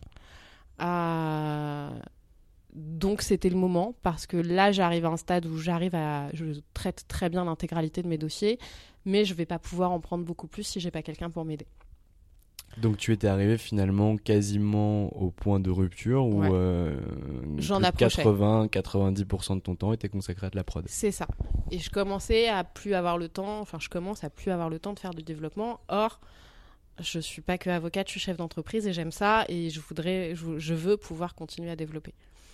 Euh, Donc c'était le moment parce que là j'arrive à un stade où j'arrive à je traite très bien l'intégralité de mes dossiers, mais je vais pas pouvoir en prendre beaucoup plus si j'ai pas quelqu'un pour m'aider. Donc tu étais arrivé finalement quasiment au point de rupture où ouais. euh, J'en approchais. quatre-vingts à quatre-vingt-dix pour cent de ton temps était consacré à de la prod. C'est ça. Et je commençais à plus avoir le temps, enfin je commence à plus avoir le temps de faire du développement. Or je suis pas que avocate, je suis chef d'entreprise et j'aime ça et je voudrais je, je veux pouvoir continuer à développer.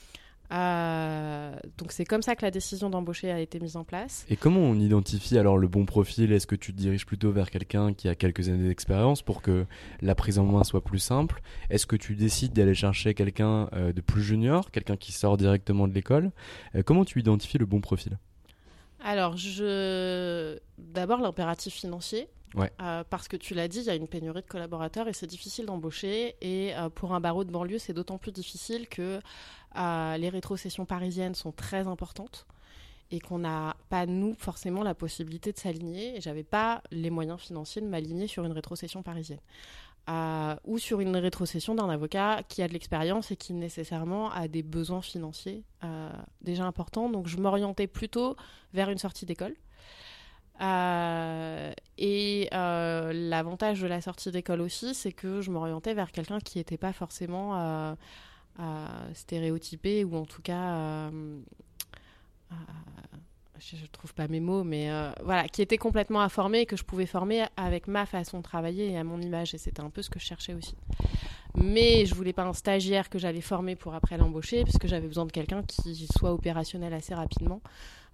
Euh, donc c'est comme ça que la décision d'embaucher a été mise en place. Et comment on identifie alors le bon profil ? Est-ce que tu te diriges plutôt vers quelqu'un qui a quelques années d'expérience pour que la prise en main soit plus simple ? Est-ce que tu décides d'aller chercher quelqu'un euh, de plus junior, quelqu'un qui sort directement de l'école ? euh, Comment tu identifies le bon profil ? Alors, je... d'abord l'impératif financier. Ouais. Euh, parce que tu l'as dit, il y a une pénurie de collaborateurs et c'est difficile d'embaucher. Et euh, pour un barreau de banlieue, c'est d'autant plus difficile que euh, les rétrocessions parisiennes sont très importantes et qu'on n'a pas, nous, forcément, la possibilité de s'aligner. Et je n'avais pas les moyens financiers de m'aligner sur une rétrocession parisienne. Euh, ou sur une rétrocession d'un avocat qui a de l'expérience et qui nécessairement a des besoins financiers euh, déjà importants. Donc je m'orientais plutôt vers une sortie d'école. Euh, et euh, l'avantage de la sortie d'école aussi, c'est que je m'orientais vers quelqu'un qui n'était pas forcément euh, euh, stéréotypé ou en tout cas... Euh, euh, je ne trouve pas mes mots, mais euh, voilà, qui était complètement informé et que je pouvais former avec ma façon de travailler et à mon image. Et c'était un peu ce que je cherchais aussi. Mais je ne voulais pas un stagiaire que j'allais former pour après l'embaucher, parce que j'avais besoin de quelqu'un qui soit opérationnel assez rapidement.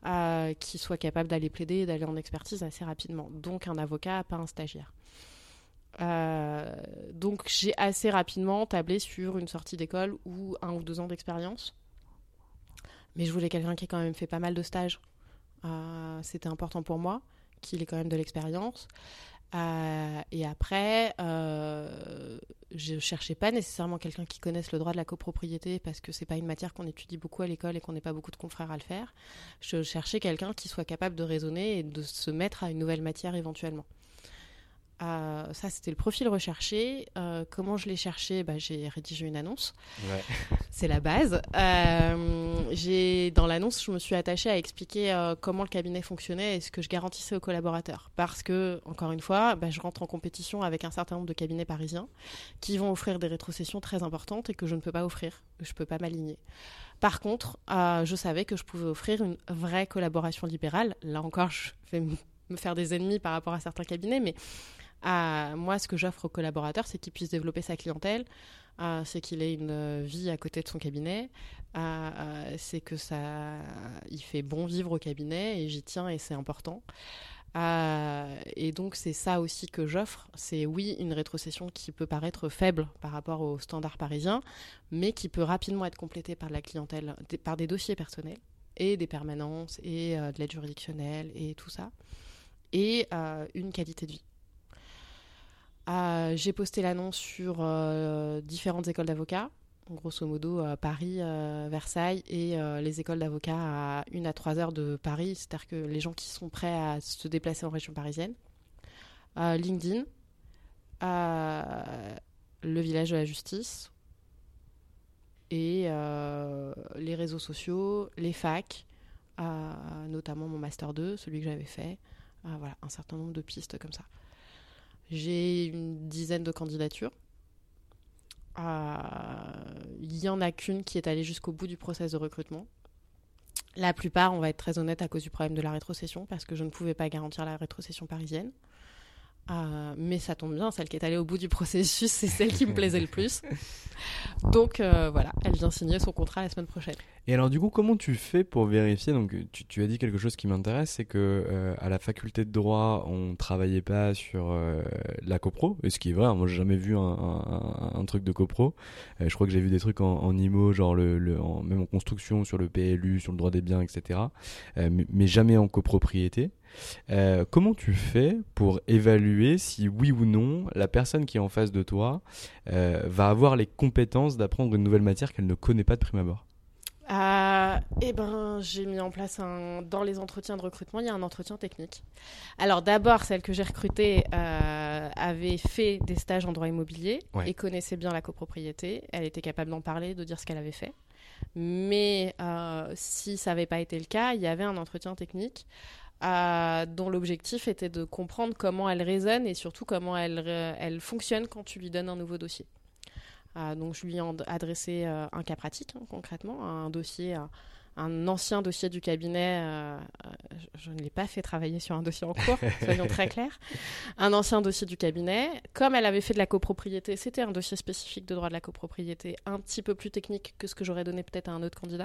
euh, qui soit capable d'aller plaider et d'aller en expertise assez rapidement. Donc un avocat, pas un stagiaire. Euh, donc j'ai assez rapidement tablé sur une sortie d'école ou un ou deux ans d'expérience. Mais je voulais quelqu'un qui ait quand même fait pas mal de stages. Euh, c'était important pour moi qu'il ait quand même de l'expérience. Euh, et après, euh, je cherchais pas nécessairement quelqu'un qui connaisse le droit de la copropriété parce que c'est pas une matière qu'on étudie beaucoup à l'école et qu'on n'est pas beaucoup de confrères à le faire. Je cherchais quelqu'un qui soit capable de raisonner et de se mettre à une nouvelle matière éventuellement. Euh, ça, c'était le profil recherché. Euh, comment je l'ai cherché ? Bah, j'ai rédigé une annonce. Ouais. C'est la base. Euh, j'ai, dans l'annonce, je me suis attachée à expliquer euh, comment le cabinet fonctionnait et ce que je garantissais aux collaborateurs. Parce que, encore une fois, bah, je rentre en compétition avec un certain nombre de cabinets parisiens qui vont offrir des rétrocessions très importantes et que je ne peux pas offrir. Je ne peux pas m'aligner. Par contre, euh, je savais que je pouvais offrir une vraie collaboration libérale. Là encore, je vais m- me faire des ennemis par rapport à certains cabinets, mais Euh, moi, ce que j'offre aux collaborateurs, c'est qu'il puisse développer sa clientèle, euh, c'est qu'il ait une vie à côté de son cabinet, euh, euh, c'est que ça, il fait bon vivre au cabinet et j'y tiens et c'est important. Euh, et donc, c'est ça aussi que j'offre. C'est oui, une rétrocession qui peut paraître faible par rapport aux standards parisiens, mais qui peut rapidement être complétée par de la clientèle, des, par des dossiers personnels et des permanences et euh, de l'aide juridictionnelle et tout ça, et euh, une qualité de vie. Euh, j'ai posté l'annonce sur euh, différentes écoles d'avocats, grosso modo euh, Paris, euh, Versailles et euh, les écoles d'avocats à une à trois heures de Paris, c'est-à-dire que les gens qui sont prêts à se déplacer en région parisienne. Euh, LinkedIn, euh, le village de la justice et euh, les réseaux sociaux, les facs, euh, notamment mon master deux, celui que j'avais fait. Euh, voilà, un certain nombre de pistes comme ça. J'ai une dizaine de candidatures. Il euh, y en a qu'une qui est allée jusqu'au bout du process de recrutement. La plupart, on va être très honnête, à cause du problème de la rétrocession, parce que je ne pouvais pas garantir la rétrocession parisienne. Euh, mais ça tombe bien, celle qui est allée au bout du processus, c'est celle qui me plaisait le plus. Donc euh, voilà, elle vient signer son contrat la semaine prochaine. Et alors du coup, comment tu fais pour vérifier ? Donc tu, tu as dit quelque chose qui m'intéresse, c'est que euh, à la faculté de droit, on travaillait pas sur euh, la copro, et ce qui est vrai. Moi, j'ai jamais vu un, un, un truc de copro. Euh, je crois que j'ai vu des trucs en, en IMO, genre le, le en, même en construction, sur le P L U, sur le droit des biens, et cetera. Euh, mais, mais jamais en copropriété. Euh, comment tu fais pour évaluer si oui ou non la personne qui est en face de toi euh, va avoir les compétences d'apprendre une nouvelle matière qu'elle ne connaît pas de prime abord ? Euh, eh ben, j'ai mis en place un... dans les entretiens de recrutement, il y a un entretien technique. Alors d'abord, celle que j'ai recrutée euh, avait fait des stages en droit immobilier ouais. et connaissait bien la copropriété. Elle était capable d'en parler, de dire ce qu'elle avait fait. Mais euh, si ça n'avait pas été le cas, il y avait un entretien technique euh, dont l'objectif était de comprendre comment elle raisonne et surtout comment elle, elle fonctionne quand tu lui donnes un nouveau dossier. Euh, donc je lui ai adressé euh, un cas pratique, hein, concrètement, un dossier, un, un ancien dossier du cabinet. Euh, je, je ne l'ai pas fait travailler sur un dossier en cours, soyons très clairs. Un ancien dossier du cabinet. Comme elle avait fait de la copropriété, c'était un dossier spécifique de droit de la copropriété, un petit peu plus technique que ce que j'aurais donné peut-être à un autre candidat.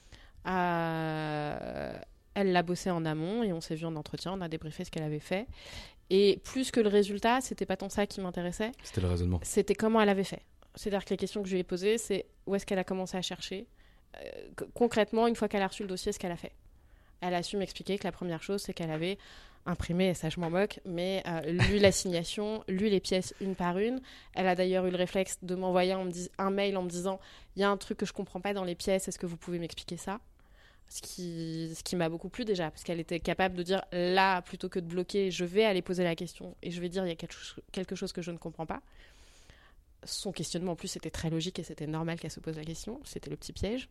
Euh, elle l'a bossé en amont et on s'est vu en entretien, on a débriefé ce qu'elle avait fait. Et plus que le résultat, c'était pas tant ça qui m'intéressait. C'était le raisonnement. C'était comment elle avait fait. C'est-à-dire que les questions que je lui ai posées, c'est où est-ce qu'elle a commencé à chercher euh, c- concrètement, une fois qu'elle a reçu le dossier, ce qu'elle a fait. Elle a su m'expliquer que la première chose, c'est qu'elle avait imprimé, et ça je m'en moque, mais euh, lu l'assignation, lu les pièces une par une. Elle a d'ailleurs eu le réflexe de m'envoyer en me dis- un mail en me disant « Il y a un truc que je ne comprends pas dans les pièces, est-ce que vous pouvez m'expliquer ça ?» Ce qui, ce qui m'a beaucoup plu déjà, parce qu'elle était capable de dire « Là, plutôt que de bloquer, je vais aller poser la question et je vais dire « Il y a quelque, quelque chose que je ne comprends pas ». Son questionnement, en plus, était très logique et c'était normal qu'elle se pose la question. C'était le petit piège.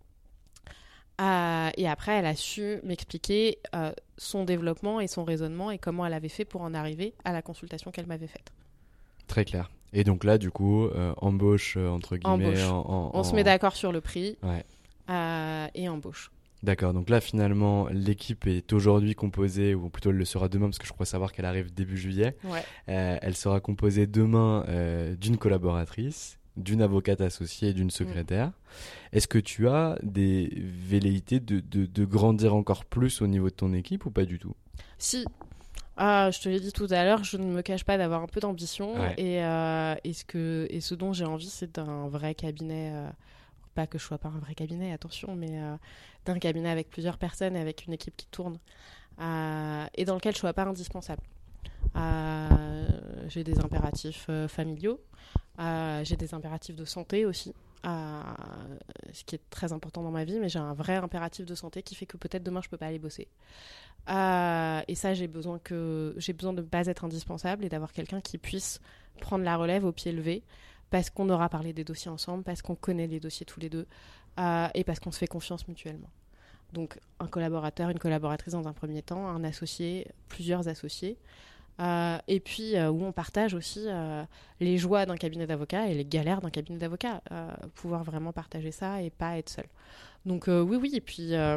Euh, et après, elle a su m'expliquer euh, son développement et son raisonnement et comment elle avait fait pour en arriver à la consultation qu'elle m'avait faite. Très clair. Et donc là, du coup, euh, embauche, euh, entre guillemets... Embauche. En, en, On en... se met d'accord sur le prix ouais. euh, et embauche. D'accord, donc là finalement l'équipe est aujourd'hui composée, ou plutôt elle le sera demain parce que je crois savoir qu'elle arrive début juillet. Ouais. Euh, elle sera composée demain euh, d'une collaboratrice d'une avocate associée et d'une secrétaire. Mmh. Est-ce que tu as des velléités de, de, de grandir encore plus au niveau de ton équipe ou pas du tout ? Si. Ah, je te l'ai dit tout à l'heure, je ne me cache pas d'avoir un peu d'ambition. Ouais. Et, euh, et, ce que, et ce dont j'ai envie, c'est d'un vrai cabinet. Euh, pas que je sois pas un vrai cabinet, attention, mais euh, d'un cabinet avec plusieurs personnes et avec une équipe qui tourne. Euh, et dans lequel je ne sois pas indispensable. Euh, j'ai des impératifs euh, familiaux, euh, j'ai des impératifs de santé aussi, euh, ce qui est très important dans ma vie, mais j'ai un vrai impératif de santé qui fait que peut-être demain je ne peux pas aller bosser. Euh, et ça, j'ai besoin, que, j'ai besoin de ne pas être indispensable et d'avoir quelqu'un qui puisse prendre la relève au pied levé, parce qu'on aura parlé des dossiers ensemble, parce qu'on connaît les dossiers tous les deux, euh, et parce qu'on se fait confiance mutuellement. Donc un collaborateur, une collaboratrice dans un premier temps, un associé, plusieurs associés, euh, et puis euh, où on partage aussi euh, les joies d'un cabinet d'avocats et les galères d'un cabinet d'avocats, euh, pouvoir vraiment partager ça et pas être seul. Donc euh, oui, oui, et puis euh,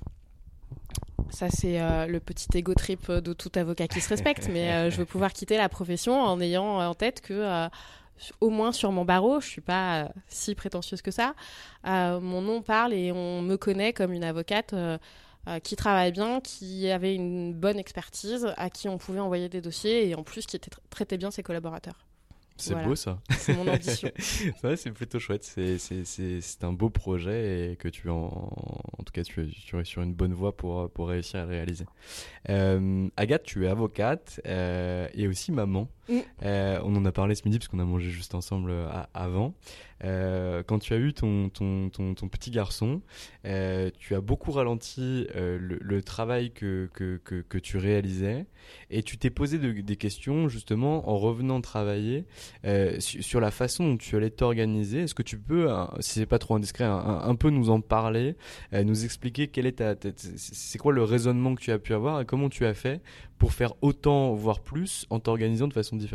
ça c'est euh, le petit ego trip de tout avocat qui se respecte, mais euh, je veux pouvoir quitter la profession en ayant en tête que... Euh, au moins sur mon barreau, je ne suis pas euh, si prétentieuse que ça, euh, mon nom parle et on me connaît comme une avocate euh, euh, qui travaille bien, qui avait une bonne expertise, à qui on pouvait envoyer des dossiers et en plus qui était tra- traitait bien ses collaborateurs. C'est voilà. Beau ça. C'est mon ambition. Ouais, c'est plutôt chouette. C'est, c'est, c'est, c'est un beau projet et que tu en, en tout cas tu es, tu es sur une bonne voie pour, pour réussir à le réaliser. Euh, Agathe, tu es avocate euh, et aussi maman. Mm. Euh, on en a parlé ce midi parce qu'on a mangé juste ensemble à, avant. Euh, quand tu as eu ton, ton, ton, ton petit garçon, euh, tu as beaucoup ralenti euh, le, le travail que, que, que, que tu réalisais et tu t'es posé de, des questions justement en revenant travailler euh, sur, sur la façon dont tu allais t'organiser. Est-ce que tu peux, euh, si c'est pas trop indiscret, un, un, un peu nous en parler, euh, nous expliquer quelle est ta, ta, c'est quoi le raisonnement que tu as pu avoir et comment tu as fait pour faire autant, voire plus, en t'organisant de façon différente ?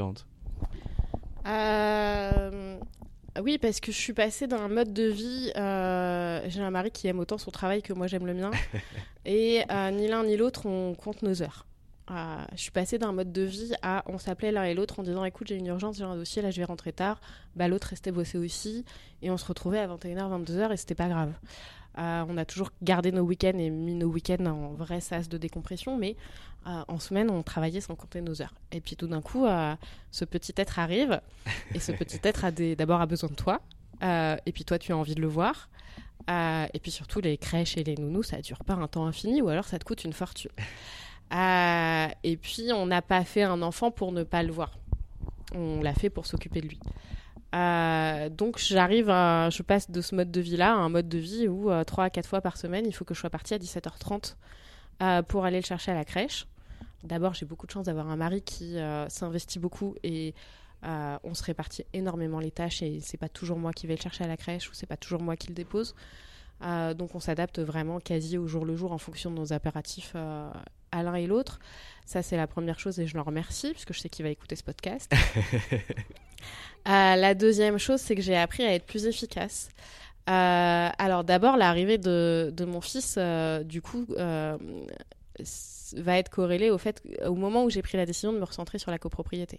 Euh... Oui, parce que je suis passée d'un mode de vie... Euh, j'ai un mari qui aime autant son travail que moi j'aime le mien. Et euh, ni l'un ni l'autre, on compte nos heures. Euh, je suis passée d'un mode de vie à... On s'appelait l'un et l'autre en disant « Écoute, j'ai une urgence, j'ai un dossier, là je vais rentrer tard. » Bah, l'autre restait bosser aussi. Et on se retrouvait à vingt et une heures, vingt-deux heures et c'était pas grave. Euh, on a toujours gardé nos week-ends et mis nos week-ends en vrai sas de décompression, mais euh, en semaine, on travaillait sans compter nos heures. Et puis tout d'un coup, euh, ce petit être arrive, et ce petit être a des, d'abord a besoin de toi, euh, et puis toi, tu as envie de le voir. Euh, et puis surtout, les crèches et les nounous, ça ne dure pas un temps infini, ou alors ça te coûte une fortune. Euh, et puis, on n'a pas fait un enfant pour ne pas le voir. On l'a fait pour s'occuper de lui. Euh, donc j'arrive à, je passe de ce mode de vie là à un mode de vie où euh, trois à quatre fois par semaine il faut que je sois partie à dix-sept heures trente euh, pour aller le chercher à la crèche. D'abord j'ai beaucoup de chance d'avoir un mari qui euh, s'investit beaucoup et euh, on se répartit énormément les tâches et c'est pas toujours moi qui vais le chercher à la crèche ou c'est pas toujours moi qui le dépose, euh, donc on s'adapte vraiment quasi au jour le jour en fonction de nos impératifs euh, à l'un et l'autre. Ça c'est la première chose et je le remercie parce que je sais qu'il va écouter ce podcast. Euh, la deuxième chose, c'est que j'ai appris à être plus efficace. Euh, alors d'abord, l'arrivée de, de mon fils, euh, du coup, euh, va être corrélée au fait, au moment où j'ai pris la décision de me recentrer sur la copropriété.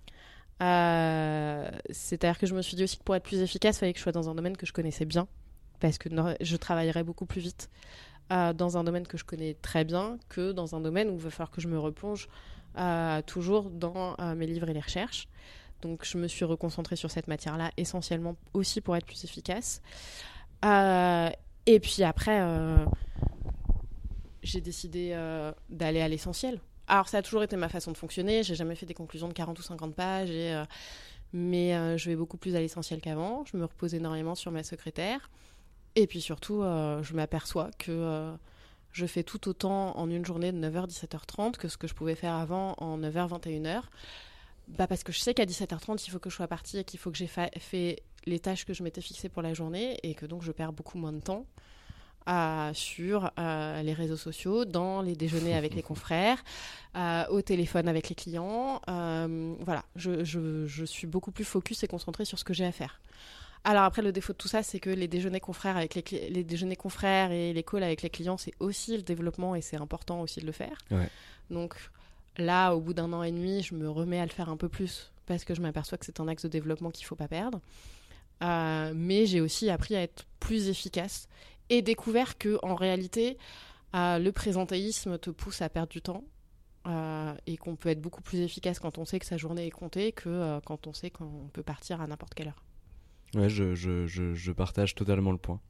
Euh, c'est-à-dire que je me suis dit aussi que pour être plus efficace, il fallait que je sois dans un domaine que je connaissais bien, parce que je travaillerais beaucoup plus vite euh, dans un domaine que je connais très bien que dans un domaine où il va falloir que je me replonge euh, toujours dans euh, mes livres et les recherches. Donc, je me suis reconcentrée sur cette matière-là, essentiellement aussi pour être plus efficace. Euh, et puis après, euh, j'ai décidé euh, d'aller à l'essentiel. Alors, ça a toujours été ma façon de fonctionner. J'ai jamais fait des conclusions de quarante ou cinquante pages. Et, euh, mais euh, je vais beaucoup plus à l'essentiel qu'avant. Je me repose énormément sur ma secrétaire. Et puis surtout, euh, je m'aperçois que euh, je fais tout autant en une journée de neuf heures à dix-sept heures trente que ce que je pouvais faire avant en neuf heures à vingt et une heures. Bah parce que je sais qu'à dix-sept heures trente, il faut que je sois partie et qu'il faut que j'ai fa- fait les tâches que je m'étais fixées pour la journée et que donc je perds beaucoup moins de temps euh, sur euh, les réseaux sociaux, dans les déjeuners avec les confrères, euh, au téléphone avec les clients. Euh, voilà, je, je, je suis beaucoup plus focus et concentrée sur ce que j'ai à faire. Alors après, le défaut de tout ça, c'est que les déjeuners confrères, avec les, cli- les déjeuners confrères et les calls avec les clients, c'est aussi le développement et c'est important aussi de le faire. Ouais. Donc... Là, au bout d'un an et demi, je me remets à le faire un peu plus parce que je m'aperçois que c'est un axe de développement qu'il ne faut pas perdre. Euh, mais j'ai aussi appris à être plus efficace et découvert qu'en réalité, euh, le présentéisme te pousse à perdre du temps euh, et qu'on peut être beaucoup plus efficace quand on sait que sa journée est comptée que euh, quand on sait qu'on peut partir à n'importe quelle heure. Ouais, je, je, je, je partage totalement le point.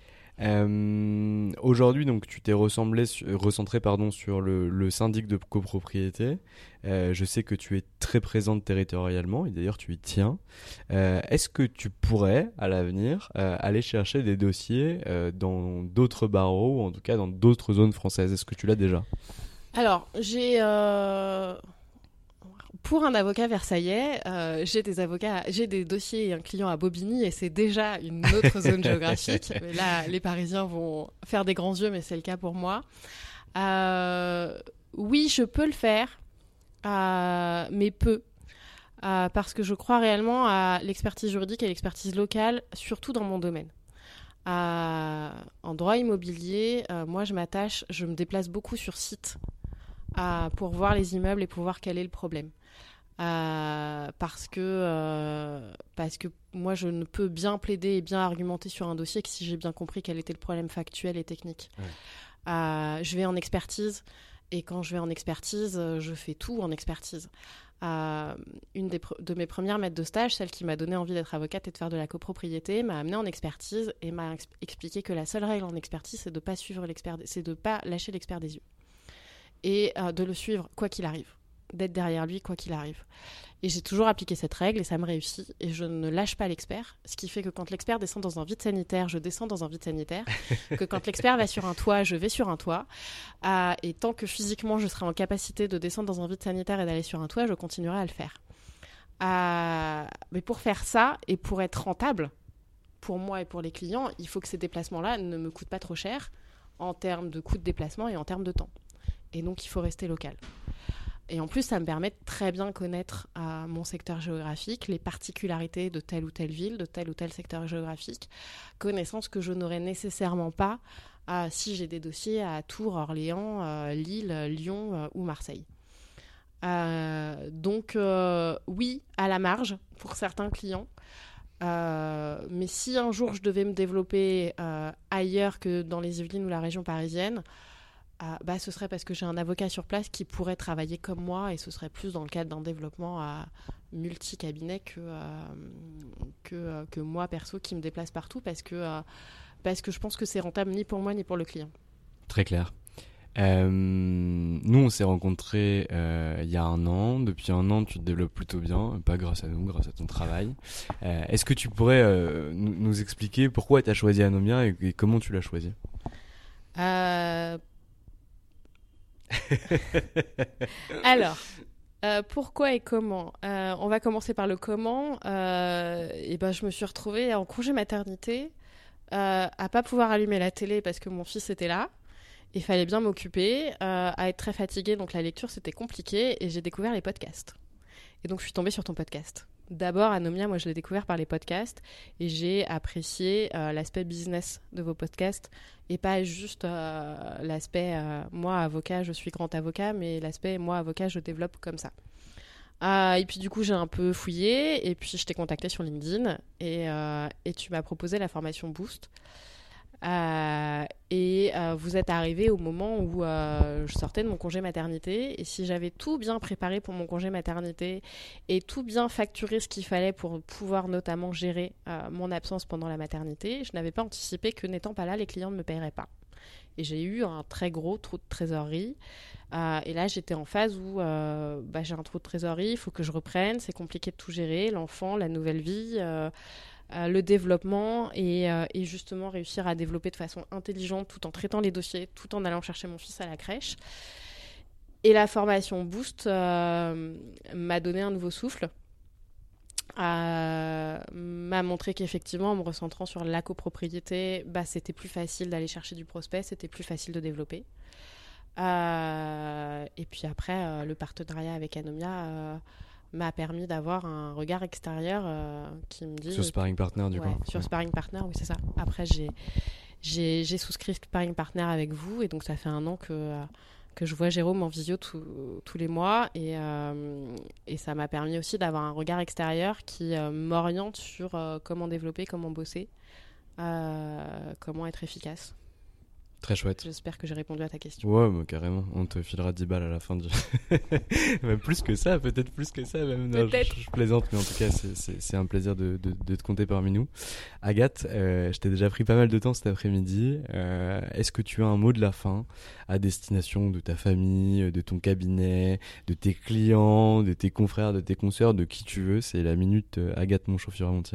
Euh, aujourd'hui, donc, tu t'es ressemblé, recentré pardon, sur le, le syndic de copropriété. Euh, je sais que tu es très présente territorialement et d'ailleurs tu y tiens. Euh, est-ce que tu pourrais, à l'avenir, euh, aller chercher des dossiers euh, dans d'autres barreaux ou en tout cas dans d'autres zones françaises ? Est-ce que tu l'as déjà ? Alors, j'ai... Euh... Pour un avocat versaillais, euh, j'ai des avocats, j'ai des dossiers et un client à Bobigny et c'est déjà une autre zone géographique. Mais là, les Parisiens vont faire des grands yeux, mais c'est le cas pour moi. Euh, oui, je peux le faire, euh, mais peu. Euh, parce que je crois réellement à l'expertise juridique et l'expertise locale, surtout dans mon domaine. Euh, en droit immobilier, euh, moi, je m'attache, je me déplace beaucoup sur site euh, pour voir les immeubles et pour voir quel est le problème. Euh, parce que euh, parce que moi je ne peux bien plaider et bien argumenter sur un dossier que si j'ai bien compris quel était le problème factuel et technique. Ouais. Euh, je vais en expertise et quand je vais en expertise, je fais tout en expertise. Euh, une des pre- de mes premières maîtres de stage, celle qui m'a donné envie d'être avocate et de faire de la copropriété, m'a amenée en expertise et m'a ex- expliqué que la seule règle en expertise, c'est de pas suivre l'expert, c'est de pas lâcher l'expert des yeux et euh, de le suivre quoi qu'il arrive. D'être derrière lui quoi qu'il arrive. Et j'ai toujours appliqué cette règle et ça me réussit et je ne lâche pas l'expert, ce qui fait que quand l'expert descend dans un vide sanitaire, je descends dans un vide sanitaire, que quand l'expert va sur un toit, je vais sur un toit, euh, et tant que physiquement je serai en capacité de descendre dans un vide sanitaire et d'aller sur un toit, je continuerai à le faire. Euh, mais pour faire ça et pour être rentable, pour moi et pour les clients, il faut que ces déplacements-là ne me coûtent pas trop cher en termes de coût de déplacement et en termes de temps. Et donc il faut rester local. Et en plus, ça me permet de très bien connaître euh, mon secteur géographique, les particularités de telle ou telle ville, de tel ou tel secteur géographique, connaissance que je n'aurais nécessairement pas euh, si j'ai des dossiers à Tours, Orléans, euh, Lille, Lyon euh, ou Marseille. Euh, donc euh, oui, à la marge pour certains clients. Euh, mais si un jour je devais me développer euh, ailleurs que dans les Yvelines ou la région parisienne, Ah, bah, ce serait parce que j'ai un avocat sur place qui pourrait travailler comme moi et ce serait plus dans le cadre d'un développement à multi-cabinet que, euh, que, euh, que moi, perso, qui me déplace partout parce que, euh, parce que je pense que c'est rentable ni pour moi ni pour le client. Très clair. Euh, nous, on s'est rencontrés euh, il y a un an. Depuis un an, tu te développes plutôt bien, pas grâce à nous, grâce à ton travail. Euh, est-ce que tu pourrais euh, nous, nous expliquer pourquoi tu as choisi Anomia et, et comment tu l'as choisi ? euh... Alors, euh, pourquoi et comment ? euh, On va commencer par le comment. Euh, et ben, je me suis retrouvée en congé maternité, euh, à pas pouvoir allumer la télé parce que mon fils était là. Il fallait bien m'occuper, euh, à être très fatiguée, donc la lecture c'était compliqué et j'ai découvert les podcasts. Et donc je suis tombée sur ton podcast. D'abord, Anomia, moi je l'ai découvert par les podcasts et j'ai apprécié euh, l'aspect business de vos podcasts et pas juste euh, l'aspect euh, moi avocat, je suis grand avocat, mais l'aspect moi avocat, je développe comme ça. Euh, et puis du coup, j'ai un peu fouillé et puis je t'ai contacté sur LinkedIn et, euh, et tu m'as proposé la formation Boost. Euh, et euh, vous êtes arrivé au moment où euh, je sortais de mon congé maternité et si j'avais tout bien préparé pour mon congé maternité et tout bien facturé ce qu'il fallait pour pouvoir notamment gérer euh, mon absence pendant la maternité, je n'avais pas anticipé que n'étant pas là, les clients ne me paieraient pas. Et j'ai eu un très gros trou de trésorerie. Euh, et là, j'étais en phase où euh, bah, j'ai un trou de trésorerie, il faut que je reprenne, c'est compliqué de tout gérer, l'enfant, la nouvelle vie... Euh, Euh, le développement et, euh, et justement réussir à développer de façon intelligente tout en traitant les dossiers, tout en allant chercher mon fils à la crèche. Et la formation Boost euh, m'a donné un nouveau souffle, euh, m'a montré qu'effectivement en me recentrant sur la copropriété, bah, c'était plus facile d'aller chercher du prospect, c'était plus facile de développer. Euh, et puis après, euh, le partenariat avec Anomia... Euh, m'a permis d'avoir un regard extérieur euh, qui me dit... Sur Sparring Partner, du ouais, coup. Sur ouais. Sparring Partner, oui, c'est ça. Après, j'ai, j'ai, j'ai souscrit Sparring Partner avec vous, et donc ça fait un an que, euh, que je vois Jérôme en visio tout, tous les mois et, euh, et ça m'a permis aussi d'avoir un regard extérieur qui euh, m'oriente sur euh, comment développer, comment bosser, euh, comment être efficace. Très chouette. J'espère que j'ai répondu à ta question. Ouais, bah, carrément. On te filera dix balles à la fin du... bah, plus que ça, peut-être plus que ça même. Non, peut-être. Je, je plaisante, mais en tout cas, c'est, c'est, c'est un plaisir de, de, de te compter parmi nous. Agathe, euh, je t'ai déjà pris pas mal de temps cet après-midi. Euh, est-ce que tu as un mot de la fin à destination de ta famille, de ton cabinet, de tes clients, de tes confrères, de tes consoeurs, de qui tu veux? C'est la minute euh, Agathe Montchauffure-Montier.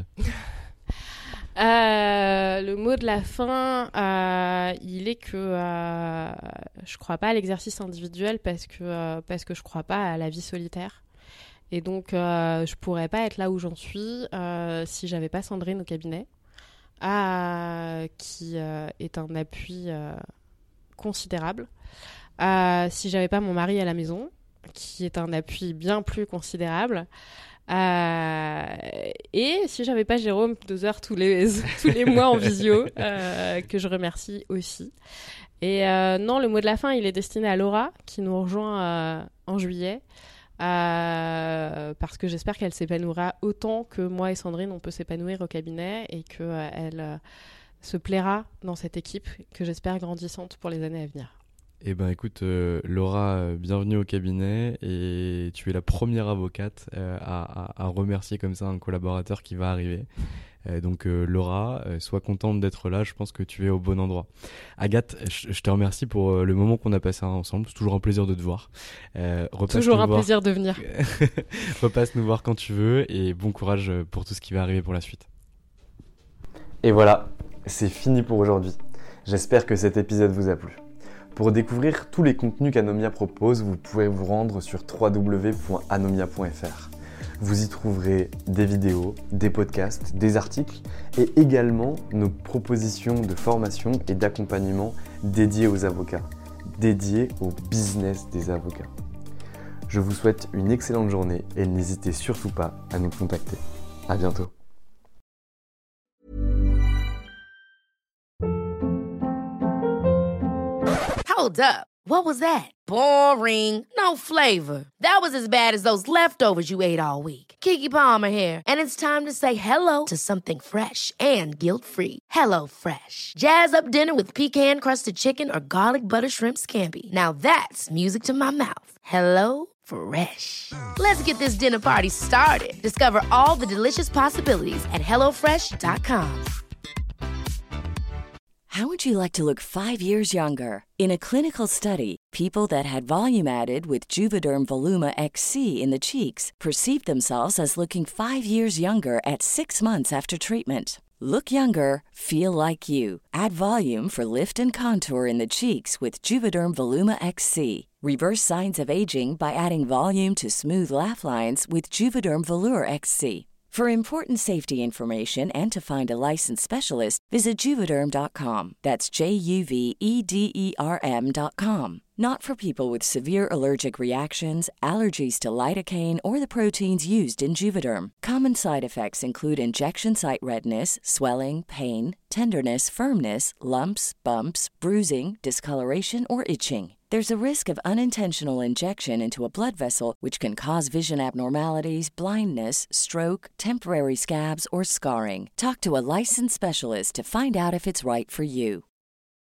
Euh, le mot de la fin, euh, il est que euh, je crois pas à l'exercice individuel parce que euh, parce que je crois pas à la vie solitaire. Et donc euh, je pourrais pas être là où j'en suis euh, si j'avais pas Sandrine au cabinet, euh, qui euh, est un appui euh, considérable. Euh, si j'avais pas mon mari à la maison, qui est un appui bien plus considérable. Euh, et si j'avais pas Jérôme deux heures tous les, tous les mois en visio, euh, que je remercie aussi. Et euh, non, le mot de la fin, il est destiné à Laura, qui nous rejoint euh, en juillet, euh, parce que j'espère qu'elle s'épanouira autant que moi et Sandrine, on peut s'épanouir au cabinet, et qu'elle euh, se plaira dans cette équipe, que j'espère grandissante pour les années à venir. Eh ben écoute, euh, Laura, euh, bienvenue au cabinet, et tu es la première avocate euh, à, à, à remercier comme ça un collaborateur qui va arriver. Euh, donc euh, Laura, euh, sois contente d'être là, je pense que tu es au bon endroit. Agathe, je, je te remercie pour euh, le moment qu'on a passé ensemble, c'est toujours un plaisir de te voir. Euh, toujours un voir... plaisir de venir. Repasse nous voir quand tu veux, et bon courage pour tout ce qui va arriver pour la suite. Et voilà, c'est fini pour aujourd'hui. J'espère que cet épisode vous a plu. Pour découvrir tous les contenus qu'Anomia propose, vous pouvez vous rendre sur w w w point anomia point f r. Vous y trouverez des vidéos, des podcasts, des articles et également nos propositions de formation et d'accompagnement dédiées aux avocats, dédiées au business des avocats. Je vous souhaite une excellente journée et n'hésitez surtout pas à nous contacter. À bientôt. Hold up. What was that? Boring. No flavor. That was as bad as those leftovers you ate all week. Keke Palmer here, and it's time to say hello to something fresh and guilt-free. Hello Fresh. Jazz up dinner with pecan-crusted chicken or garlic butter shrimp scampi. Now that's music to my mouth. Hello Fresh. Let's get this dinner party started. Discover all the delicious possibilities at hello fresh dot com. How would you like to look five years younger? In a clinical study, people that had volume added with Juvederm Voluma X C in the cheeks perceived themselves as looking five years younger at six months after treatment. Look younger, feel like you. Add volume for lift and contour in the cheeks with Juvederm Voluma X C. Reverse signs of aging by adding volume to smooth laugh lines with Juvederm Volure X C. For important safety information and to find a licensed specialist, visit Juvederm dot com. That's J U V E D E R M dot com. Not for people with severe allergic reactions, allergies to lidocaine, or the proteins used in Juvederm. Common side effects include injection site redness, swelling, pain, tenderness, firmness, lumps, bumps, bruising, discoloration, or itching. There's a risk of unintentional injection into a blood vessel, which can cause vision abnormalities, blindness, stroke, temporary scabs, or scarring. Talk to a licensed specialist to find out if it's right for you.